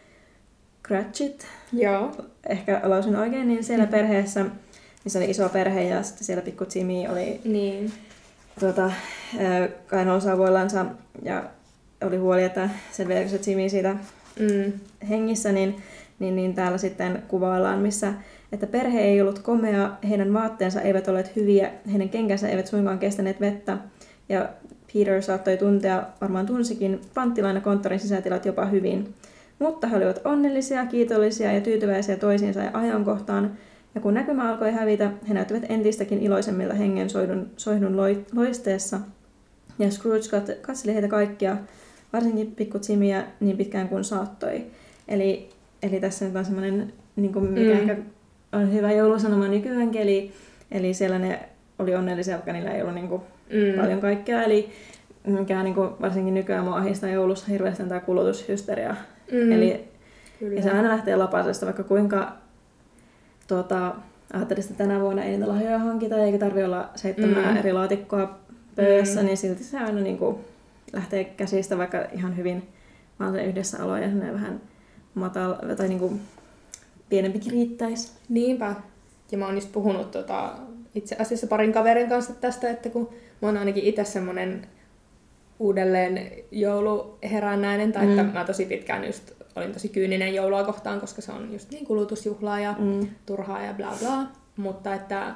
Cratchit, Joo. ehkä lausin oikein, niin siellä mm. perheessä, missä oli iso perhe ja sitten siellä pikku Jimmy oli niin. tuota, kainalosaavoillansa ja oli huoli, että selviääkö se Jimmy siitä mm. hengissä, niin, niin, niin täällä sitten kuvaillaan, missä että perhe ei ollut komea, heidän vaatteensa eivät olleet hyviä, heidän kenkänsä eivät suinkaan kestäneet vettä ja Peter saattoi tuntea, varmaan tunsikin, panttilainakonttorin sisätilat jopa hyvin. Mutta he olivat onnellisia, kiitollisia ja tyytyväisiä toisiinsa ja ajankohtaan, ja kun näkymä alkoi hävitä, he näyttivät entistäkin iloisemmilta hengen soidun, soihdun loisteessa. Ja Scrooge katseli heitä kaikkia, varsinkin pikku Jimmyä, niin pitkään kuin saattoi. Eli, eli tässä nyt on semmoinen, niin kuin mikä mm. ehkä on hyvä joulusanoma nykyäänkin, eli, eli siellä ne oli onnellisia, vaikka niillä ei ollut niin kuin Mm. paljon kaikkea, eli mikä niin kuin varsinkin nykyään mua ahdistaa joulussa hirveästi tämä kulutushysteria. Mm. Eli, ja se aina lähtee lapasesta, vaikka kuinka tuota, ajattelin, että tänä vuonna ei niitä lahjoja hankita, eikä tarvitse olla seitsemää mm. eri laatikkoa pöydässä, mm. niin silti se aina niin kuin lähtee käsistä, vaikka ihan hyvin vaan se yhdessä alo ja vähän matala, tai niin kuin pienempikin riittäisi. Niinpä. Ja mä oon just puhunut tota, itse asiassa parin kaverin kanssa tästä, että kun mä oon ainakin itse semmonen uudelleen jouluherännäinen, tai mm. että mä tosi pitkään just olin tosi kyyninen joulua kohtaan, koska se on just niin kulutusjuhlaa ja mm. turhaa ja bla bla. Mutta että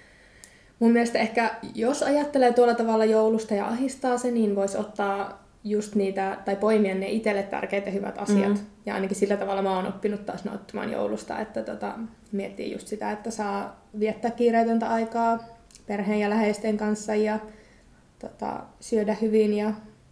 mun mielestä ehkä jos ajattelee tuolla tavalla joulusta ja ahistaa se, niin voisi ottaa just niitä, tai poimia ne itselle tärkeät ja hyvät asiat. Mm. Ja ainakin sillä tavalla mä oon oppinut taas nauttimaan joulusta, että tota, miettii just sitä, että saa viettää kiireetöntä aikaa perheen ja läheisten kanssa ja tota, syödä hyvin ja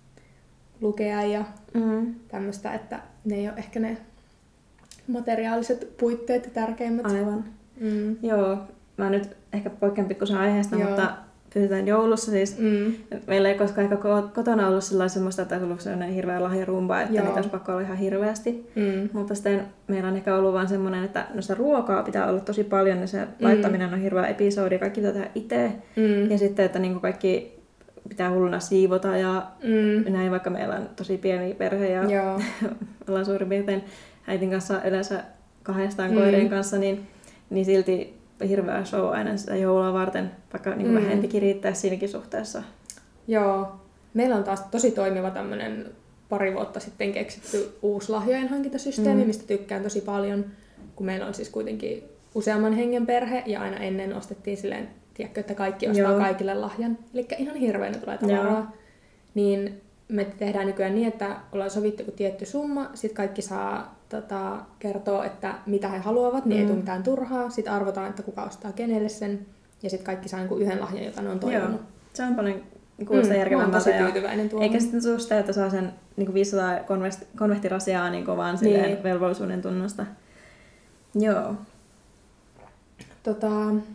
lukea ja mm. tämmöistä, että ne ei ole ehkä ne materiaaliset puitteet tärkeimmät. Aivan. Mm. Joo, mä nyt ehkä poikkean pikkusen aiheesta, Joo. mutta pysytään joulussa siis. Mm. Meillä ei koskaan ehkä kotona ollut semmoista, että olisi ollut sellainen hirveä lahjarumba, että Joo. niitä olisi pakko olla ihan hirveästi. Mm. Mutta sitten meillä on ehkä ollut vaan semmoinen, että no sitä ruokaa pitää olla tosi paljon, ja se mm. laittaminen on hirveä episodi, kaikki pitää tehdä itse. Mm. Ja sitten, että niin kaikki pitää hulluna siivota ja mm. näin, vaikka meillä on tosi pieni perhe ja ollaan suurin piirtein äitin kanssa yleensä kahdestaan mm. koirien kanssa, niin, niin silti hirveä show aina sitä joulua varten, vaikka niin mm. vähempikin riittää siinäkin suhteessa. Joo. Meillä on taas tosi toimiva tämmöinen pari vuotta sitten keksitty uusi lahjojen hankintasysteemi, mm. mistä tykkään tosi paljon, kun meillä on siis kuitenkin useamman hengen perhe ja aina ennen ostettiin silleen, tiedätkö, että kaikki ostaa Joo. kaikille lahjan. Eli ihan hirveänä tulee tavaraa. Niin me tehdään nykyään niin, että ollaan sovittu joku tietty summa, sitten kaikki saa tota, kertoa, että mitä he haluavat, niin mm. ei tule mitään turhaa. Sitten arvotaan, että kuka ostaa kenelle sen, ja sitten kaikki saa niin yhden lahjan, jota ne on toivonut. Joo. Se on paljon kuulostaa mm, järkevämpältä. Mä oon tosi tyytyväinen tuohon. Eikä sitten tule sitä, että saa sen niin viisisataa konvehtirasiaa niin vaan niin. velvollisuuden tunnosta. Joo. Tota,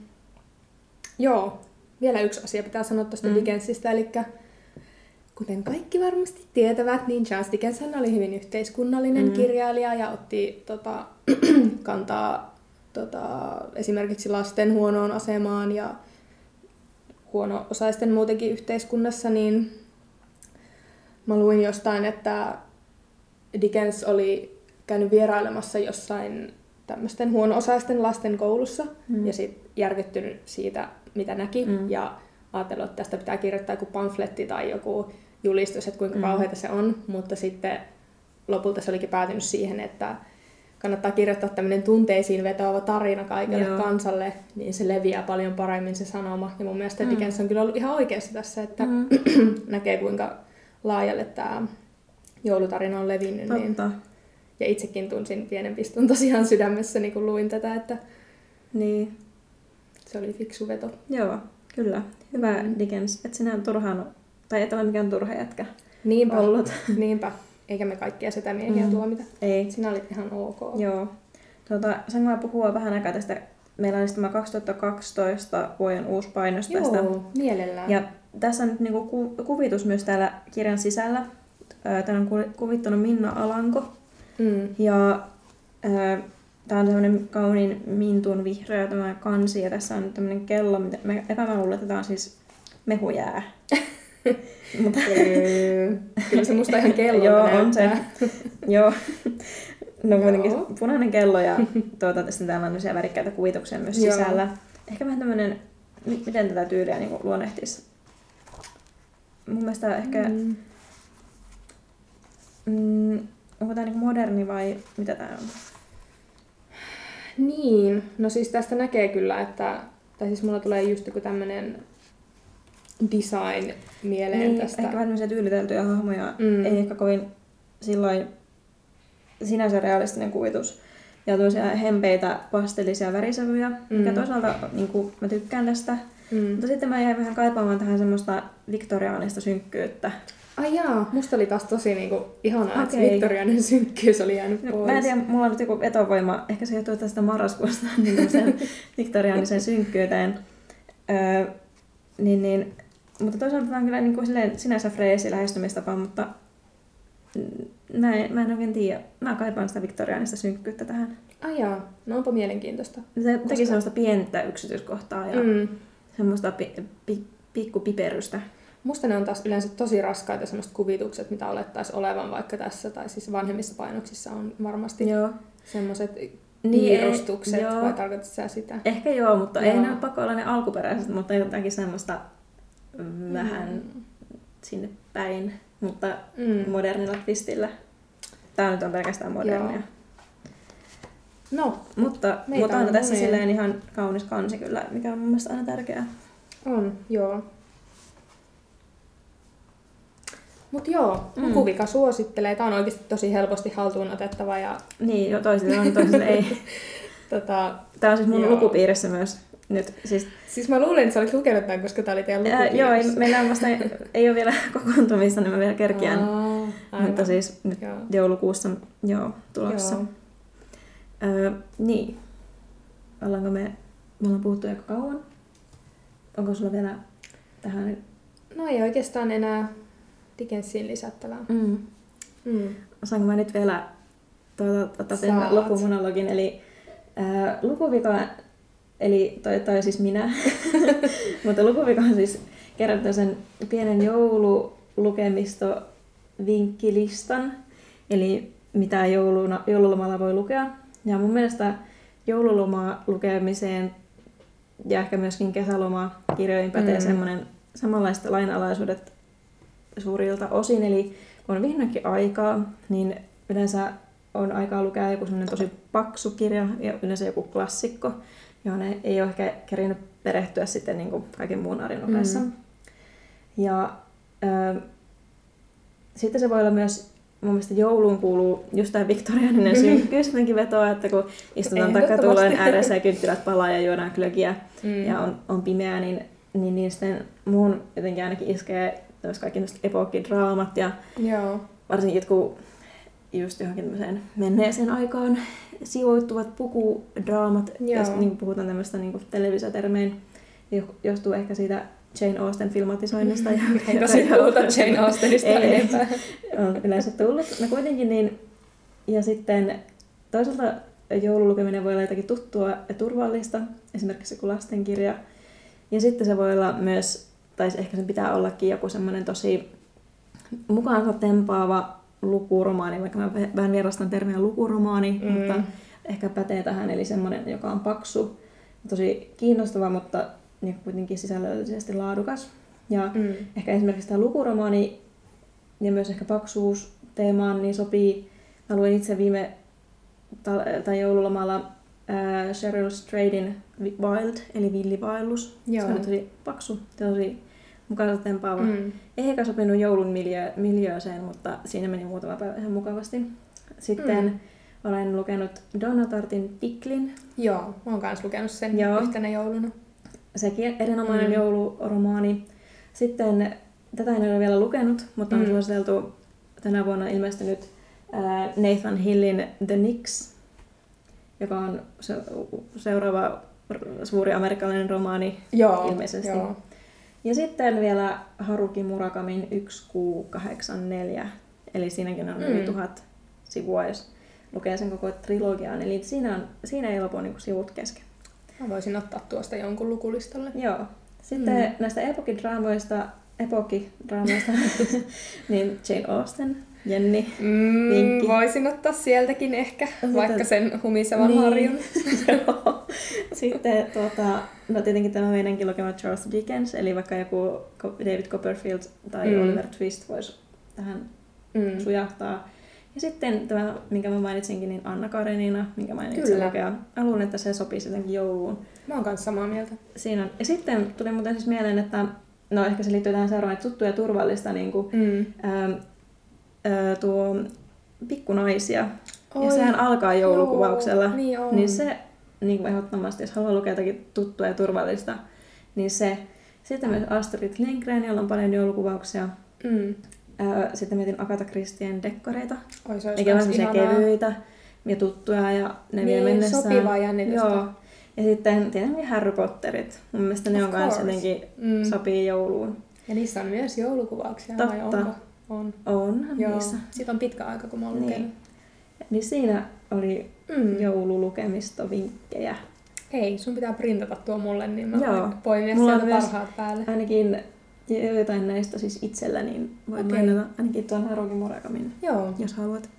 joo. Vielä yksi asia pitää sanoa tuosta mm. Dickensistä, eli kuten kaikki varmasti tietävät, niin Charles Dickens oli hyvin yhteiskunnallinen mm. kirjailija ja otti tota, kantaa tota, esimerkiksi lasten huonoon asemaan ja huono-osaisten muutenkin yhteiskunnassa, niin mä luin jostain, että Dickens oli käynyt vierailemassa jossain tämmöisten huono-osaisten lasten koulussa mm. ja sitten järkyttynyt siitä, mitä näki mm. ja ajatellut, että tästä pitää kirjoittaa joku pamfletti tai joku julistus, että kuinka mm. kauheita se on, mutta sitten lopulta se olikin päätynyt siihen, että kannattaa kirjoittaa tämmöinen tunteisiin vetoava tarina kaikelle Joo. kansalle, niin se leviää paljon paremmin se sanoma. Ja mun mielestä mm. Dickens on kyllä ollut ihan oikeassa tässä, että mm. näkee kuinka laajalle tämä joulutarina on levinnyt. Niin... Ja itsekin tunsin pienen pistun tosiaan sydämessäni, kun luin tätä, että niin. se oli fiksu veto. Joo, kyllä. Hyvä mm. Dickens. Et sinä turhaan, tai et ole mikään turha jätkä Niinpä. ollut. Niinpä. Eikä me kaikkia sitä miehiä mm. tuomita. Ei. Sinä olit ihan ok. Joo. Tuota, saanko mä puhua vähän aikaa tästä? Meillä oli tämä kaksituhattakaksitoista vuoden uusi painos tästä. Joo, mielellään. Ja tässä on nyt niinku ku- kuvitus myös täällä kirjan sisällä. Täällä on kuvittanut Minna Alanko. Mm. Ja tämä on tämmöinen kauniin mintun vihreä tämä kansi. Ja tässä on tämmöinen kello. Mitä mä epäluulen, että tämä on siis mehujää. Mutta... Kyllä se musta ihan kello Joo, on se. Joo. No kuitenkin punainen kello ja tuota, tästä täällä on myös värikkäitä kuvituksia myös Joo. sisällä. Ehkä vähän tämmönen, miten tätä tyyliä niin luonnehtisi. Mun mielestä ehkä, mm. Mm, onko tää niin moderni vai mitä tää on? Niin, no siis tästä näkee kyllä, että, tai siis mulla tulee just joku tämmönen design mieleen niin, tästä. Ehkä vähän tyyliteltyjä hahmoja, mm. ei ehkä kovin sillain sinänsä realistinen kuvitus. Ja tosiaan hempeitä pastelisia värisävyjä, mm. mikä toisaalta niin kuin, mä tykkään tästä. Mm. Mutta sitten mä jäin vähän kaipaamaan tähän semmoista viktoriaanista synkkyyttä. Ai jaa, musta oli taas tosi niinku ihanaa, okay. että se viktoriaaninen synkkyys oli jäänyt pois. No, mä en tiedä, mulla on nyt joku vetovoima, ehkä se johtuu tästä marraskuusta, niin sen viktoriaanisen synkkyyteen. Öö, niin, niin, mutta toisaalta tämä on kyllä niin kuin sinänsä freesi lähestymistapa, mutta mä en, mä en oikein tiedä. Mä kaipaan sitä viktoriaanista synkkyyttä tähän. Ai jaa, no onpa mielenkiintoista. Se Koska... teki sellaista pientä yksityiskohtaa ja mm. semmoista pi, pi, pikkupiperystä. Musta ne on taas yleensä tosi raskaita semmoiset kuvitukset, mitä olettaisiin olevan vaikka tässä, tai siis vanhemmissa painoksissa on varmasti semmoiset piirustukset, niin, vai tarkoitatko sä sitä? Ehkä joo, mutta joo. ei ne ole pakko olla ne alkuperäiset, mutta jotakin semmoista mm. vähän sinne päin, mutta mm. modernilla twistillä. Tää nyt on pelkästään modernia. Joo. No, mutta, mutta on tässä silleen ihan kaunis kansi kyllä, mikä on mun mielestä aina tärkeää. On, joo. Mut joo, mm. Lukuvika suosittelee. Tää on oikeasti tosi helposti haltuun otettava. Ja... Niin, jo, toisille on, toisille ei. tota, tää on siis mun joo. lukupiirissä myös nyt. Siis, siis mä luulen, että sä olit lukenut tämän, koska tää oli teidän lukupiirissä. Ää, joo, ei, meillä on vasta, ei ole vielä kokoontumista, niin mä vielä kerkiän. Aa, mutta siis nyt joo. joulukuussa joo, tulossa. Joo. Öö, niin. Ollaanko me, me ollaan puhuttu aika kauan. Onko sulla vielä tähän? No ei oikeastaan enää Dickensiin lisättävää. Mm. Mm. Osaanko mä nyt vielä tuota, tuota, sen loppumonologin, eli ää, lukuvika, eli toi, toi siis minä, mutta lukuvika on siis kerrottu sen pienen joululukemistovinkkilistan, eli mitä jouluna, joululomalla voi lukea. Ja mun mielestä joululoma lukemiseen ja ehkä myöskin kesälomakirjoihin pätee mm. semmoinen samanlaiset lainalaisuudet suurilta osin, eli kun on vihdoinkin aikaa, niin yleensä on aikaa lukea joku semmoinen tosi paksu kirja ja yleensä joku klassikko, johon ei ole ehkä kerinyt perehtyä sitten niin kuin kaiken muun arjen ohessa. Mm. Ja äh, sitten se voi olla myös, mun mielestä jouluun kuuluu just tämä viktoriaaninen synkkyys, jotenkin vetoa, että kun istutaan takatulojen ääressä ja kynttilät palaa ja juodaan glögiä mm. ja on, on pimeää, niin, niin, niin sitten muun jotenkin ainakin iskee kaikki epokkidraamat ja Joo. varsinkin jotkut just johonkin tämmöiseen menneeseen aikaan sijoittuvat pukudraamat, jos niin puhutaan tämmöistä niin televisiotermein, johtuu ehkä siitä Jane Austen filmatisoinnista. Ja, ei tosi puhuta Jane Austenista enempää. On yleensä tullut. No kuitenkin niin, ja sitten toisaalta joululukeminen voi olla jotakin tuttua ja turvallista, esimerkiksi joku lastenkirja. Ja sitten se voi olla myös, tai ehkä sen pitää ollakin joku semmoinen tosi mukaansa tempaava lukuromaani, vaikka mä vähän vierastan termiä lukuromaani, mm. mutta ehkä pätee tähän, eli semmoinen, joka on paksu, tosi kiinnostava, mutta niin kuitenkin sisällöllisesti laadukas. Ja mm. ehkä esimerkiksi tämä lukuromaani ja myös ehkä paksuus teemaan niin sopii. Mä luin itse viime ta- tai joululomalla äh, Cheryl Stradin Wild, eli villivaellus. Se on tosi paksu, tosi mukaansa tempaava. Mm. Ei ehkä sopinut joulun miljö- miljööseen, mutta siinä meni muutama päivä ihan mukavasti. Sitten mm. olen lukenut Donna Tarttin Picklin. Joo, mä oon kans lukenut sen Joo. yhtenä jouluna. Sekin erinomainen mm. jouluromaani. Sitten, tätä en ole vielä lukenut, mutta on mm. suositeltu tänä vuonna ilmestynyt äh, Nathan Hillin The Knicks, joka on se, seuraava suuri amerikkalainen romaani Joo, ilmeisesti. Joo. Ja sitten vielä Haruki Murakamin yksi kuu kahdeksankymmentäneljä, eli siinäkin on mm. yli tuhat sivua, jos lukee sen koko trilogiaan. Eli siinä, on, siinä ei lopu niin sivut kesken. Mä voisin ottaa tuosta jonkun lukulistalle. Joo. Sitten mm. näistä epokkidraamoista, epokkidraamoista niin Jane Austen, Jenni, mm, vinkki. Voisin ottaa sieltäkin ehkä, vaikka sen humisevan niin. harjun. Sitten tuota, no tietenkin tämä meidänkin lukema Charles Dickens, eli vaikka joku David Copperfield tai mm. Oliver Twist voisi tähän mm. sujahtaa. Ja sitten tämä, minkä mä mainitsinkin, niin Anna Karenina, minkä mä itse lukea. Haluan, että se sopii jotenkin jouluun. Mä oon kanssa samaa mieltä. Siinä on. Ja sitten tuli muuten siis mieleen, että no ehkä se liittyy tähän seuraavaan, että tuttu ja turvallista niin kuin, mm. ää, ää, tuo Pikkunaisia. Oi. Ja sehän alkaa joulukuvauksella. Joo, niin, on. Niin se niin kuin ehdottomasti, jos haluaa lukea jotakin tuttua ja turvallista, niin se. Sitten myös Astrid Lindgren, jolla on paljon joulukuvauksia. Mm. Sitten mietin Agatha Christien dekkareita. Oi, se eikä vaan kevyitä ja tuttuja ja ne niin, vie mennessään. Sopivaa jännitystä. Joo. Ja sitten tietenkin Harry Potterit. Mun mielestä ne on kanssa jotenkin mm. sopii jouluun. Ja niissä on myös joulukuvauksia. Totta. Vai onko? On. Onhan Joo. niissä. Siitä on pitkä aika, kun mä oon niin. lukenut. Niin siinä oli mm. joululukemistovinkkejä. Hei, sun pitää printata tuo mulle, niin mä Joo. poimia sieltä parhaat päälle. Ainakin jotain näistä siis itsellä, niin voin okay. mainita ainakin tuon Haruki Murakamin, Joo. jos haluat.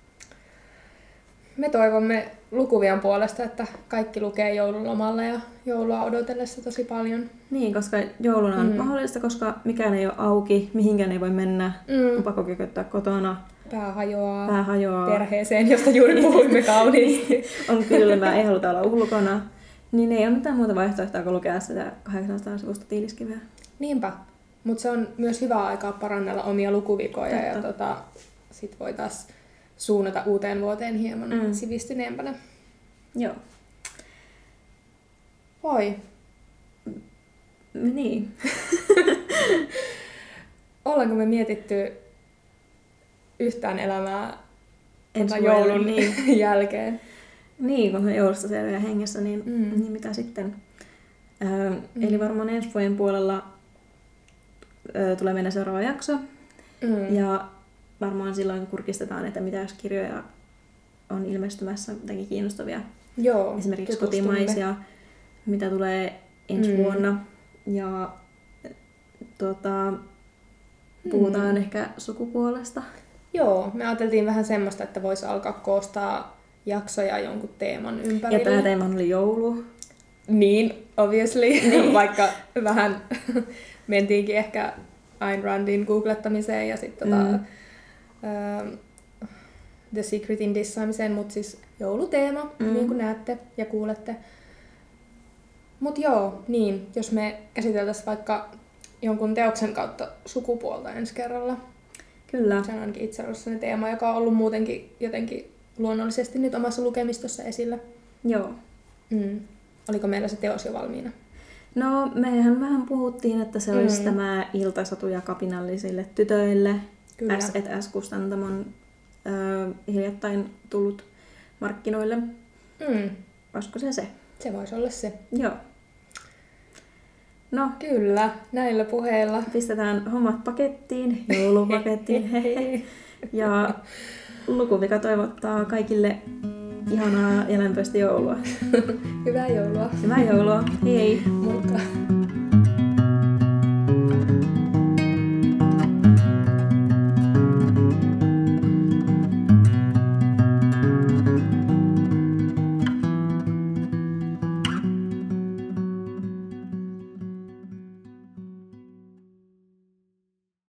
Me toivomme lukuvian puolesta, että kaikki lukee joululomalla ja joulua odotellessa tosi paljon. Niin, koska jouluna on mm. mahdollista, koska mikään ei ole auki, mihinkään ei voi mennä, mm. on pakko kököttää kotona. Pää hajoaa, Pää hajoaa perheeseen, josta juuri puhuimme kauniisti. On kylmää, ei haluta olla ulkona. Niin ei ole mitään muuta vaihtoehtoa kuin lukea sitä kahdeksansataa sivusta tiiliskiveä. Niinpä. Mutta se on myös hyvä aikaa parannella omia lukuvikoja. Totta. Ja tota, sit voi taas suunnata uuteen vuoteen hieman mm. sivistyneempänä. Joo. Oi. Niin. Ollaanko me mietitty yhtään elämää tota joulun niin. jälkeen? Niin, kun on joulusta selviää hengessä, niin, mm. niin mitä sitten? Öö, mm. Eli varmaan ensi vuoden puolella öö, tulee meidän seuraava jakso. Mm. Ja varmaan silloin kurkistetaan, että mitä jos kirjoja on ilmestymässä, jotakin kiinnostavia. Joo, esimerkiksi kotimaisia, mitä tulee ensi mm. vuonna. Ja tuota, puhutaan mm. ehkä sukupuolesta. Joo, me ajateltiin vähän semmoista, että voisi alkaa koostaa jaksoja jonkun teeman ympärille. Ja tämä teema oli joulu. Niin, obviously. Niin. Vaikka vähän mentiinkin ehkä Ayn Randin googlettamiseen ja sitten tota, mm. uh, The Secretin dissaamiseen, mutta siis jouluteema, mm. niin kuin näette ja kuulette. Mut joo, niin, jos me käsiteltäisiin vaikka jonkun teoksen kautta sukupuolta ensi kerralla. Kyllä. Se on ainakin itse ollut sellainen teema, joka on ollut muutenkin jotenkin luonnollisesti nyt omassa lukemistossa esillä. Joo. Mm. Oliko meillä se teos jo valmiina? No, mehän vähän puhuttiin, että se olisi Mm. tämä iltasatuja kapinallisille tytöille. Kyllä. S et S-kustantamon ö, hiljattain tullut markkinoille. Mm. Olisiko se se? Se voisi olla se. Joo. No, Kyllä, näillä puheilla. pistetään hommat pakettiin, joulupakettiin. Ja Lukuvika toivottaa kaikille ihanaa ja lämpöistä joulua. Hyvää joulua. Hyvää joulua. Hei! Moikka!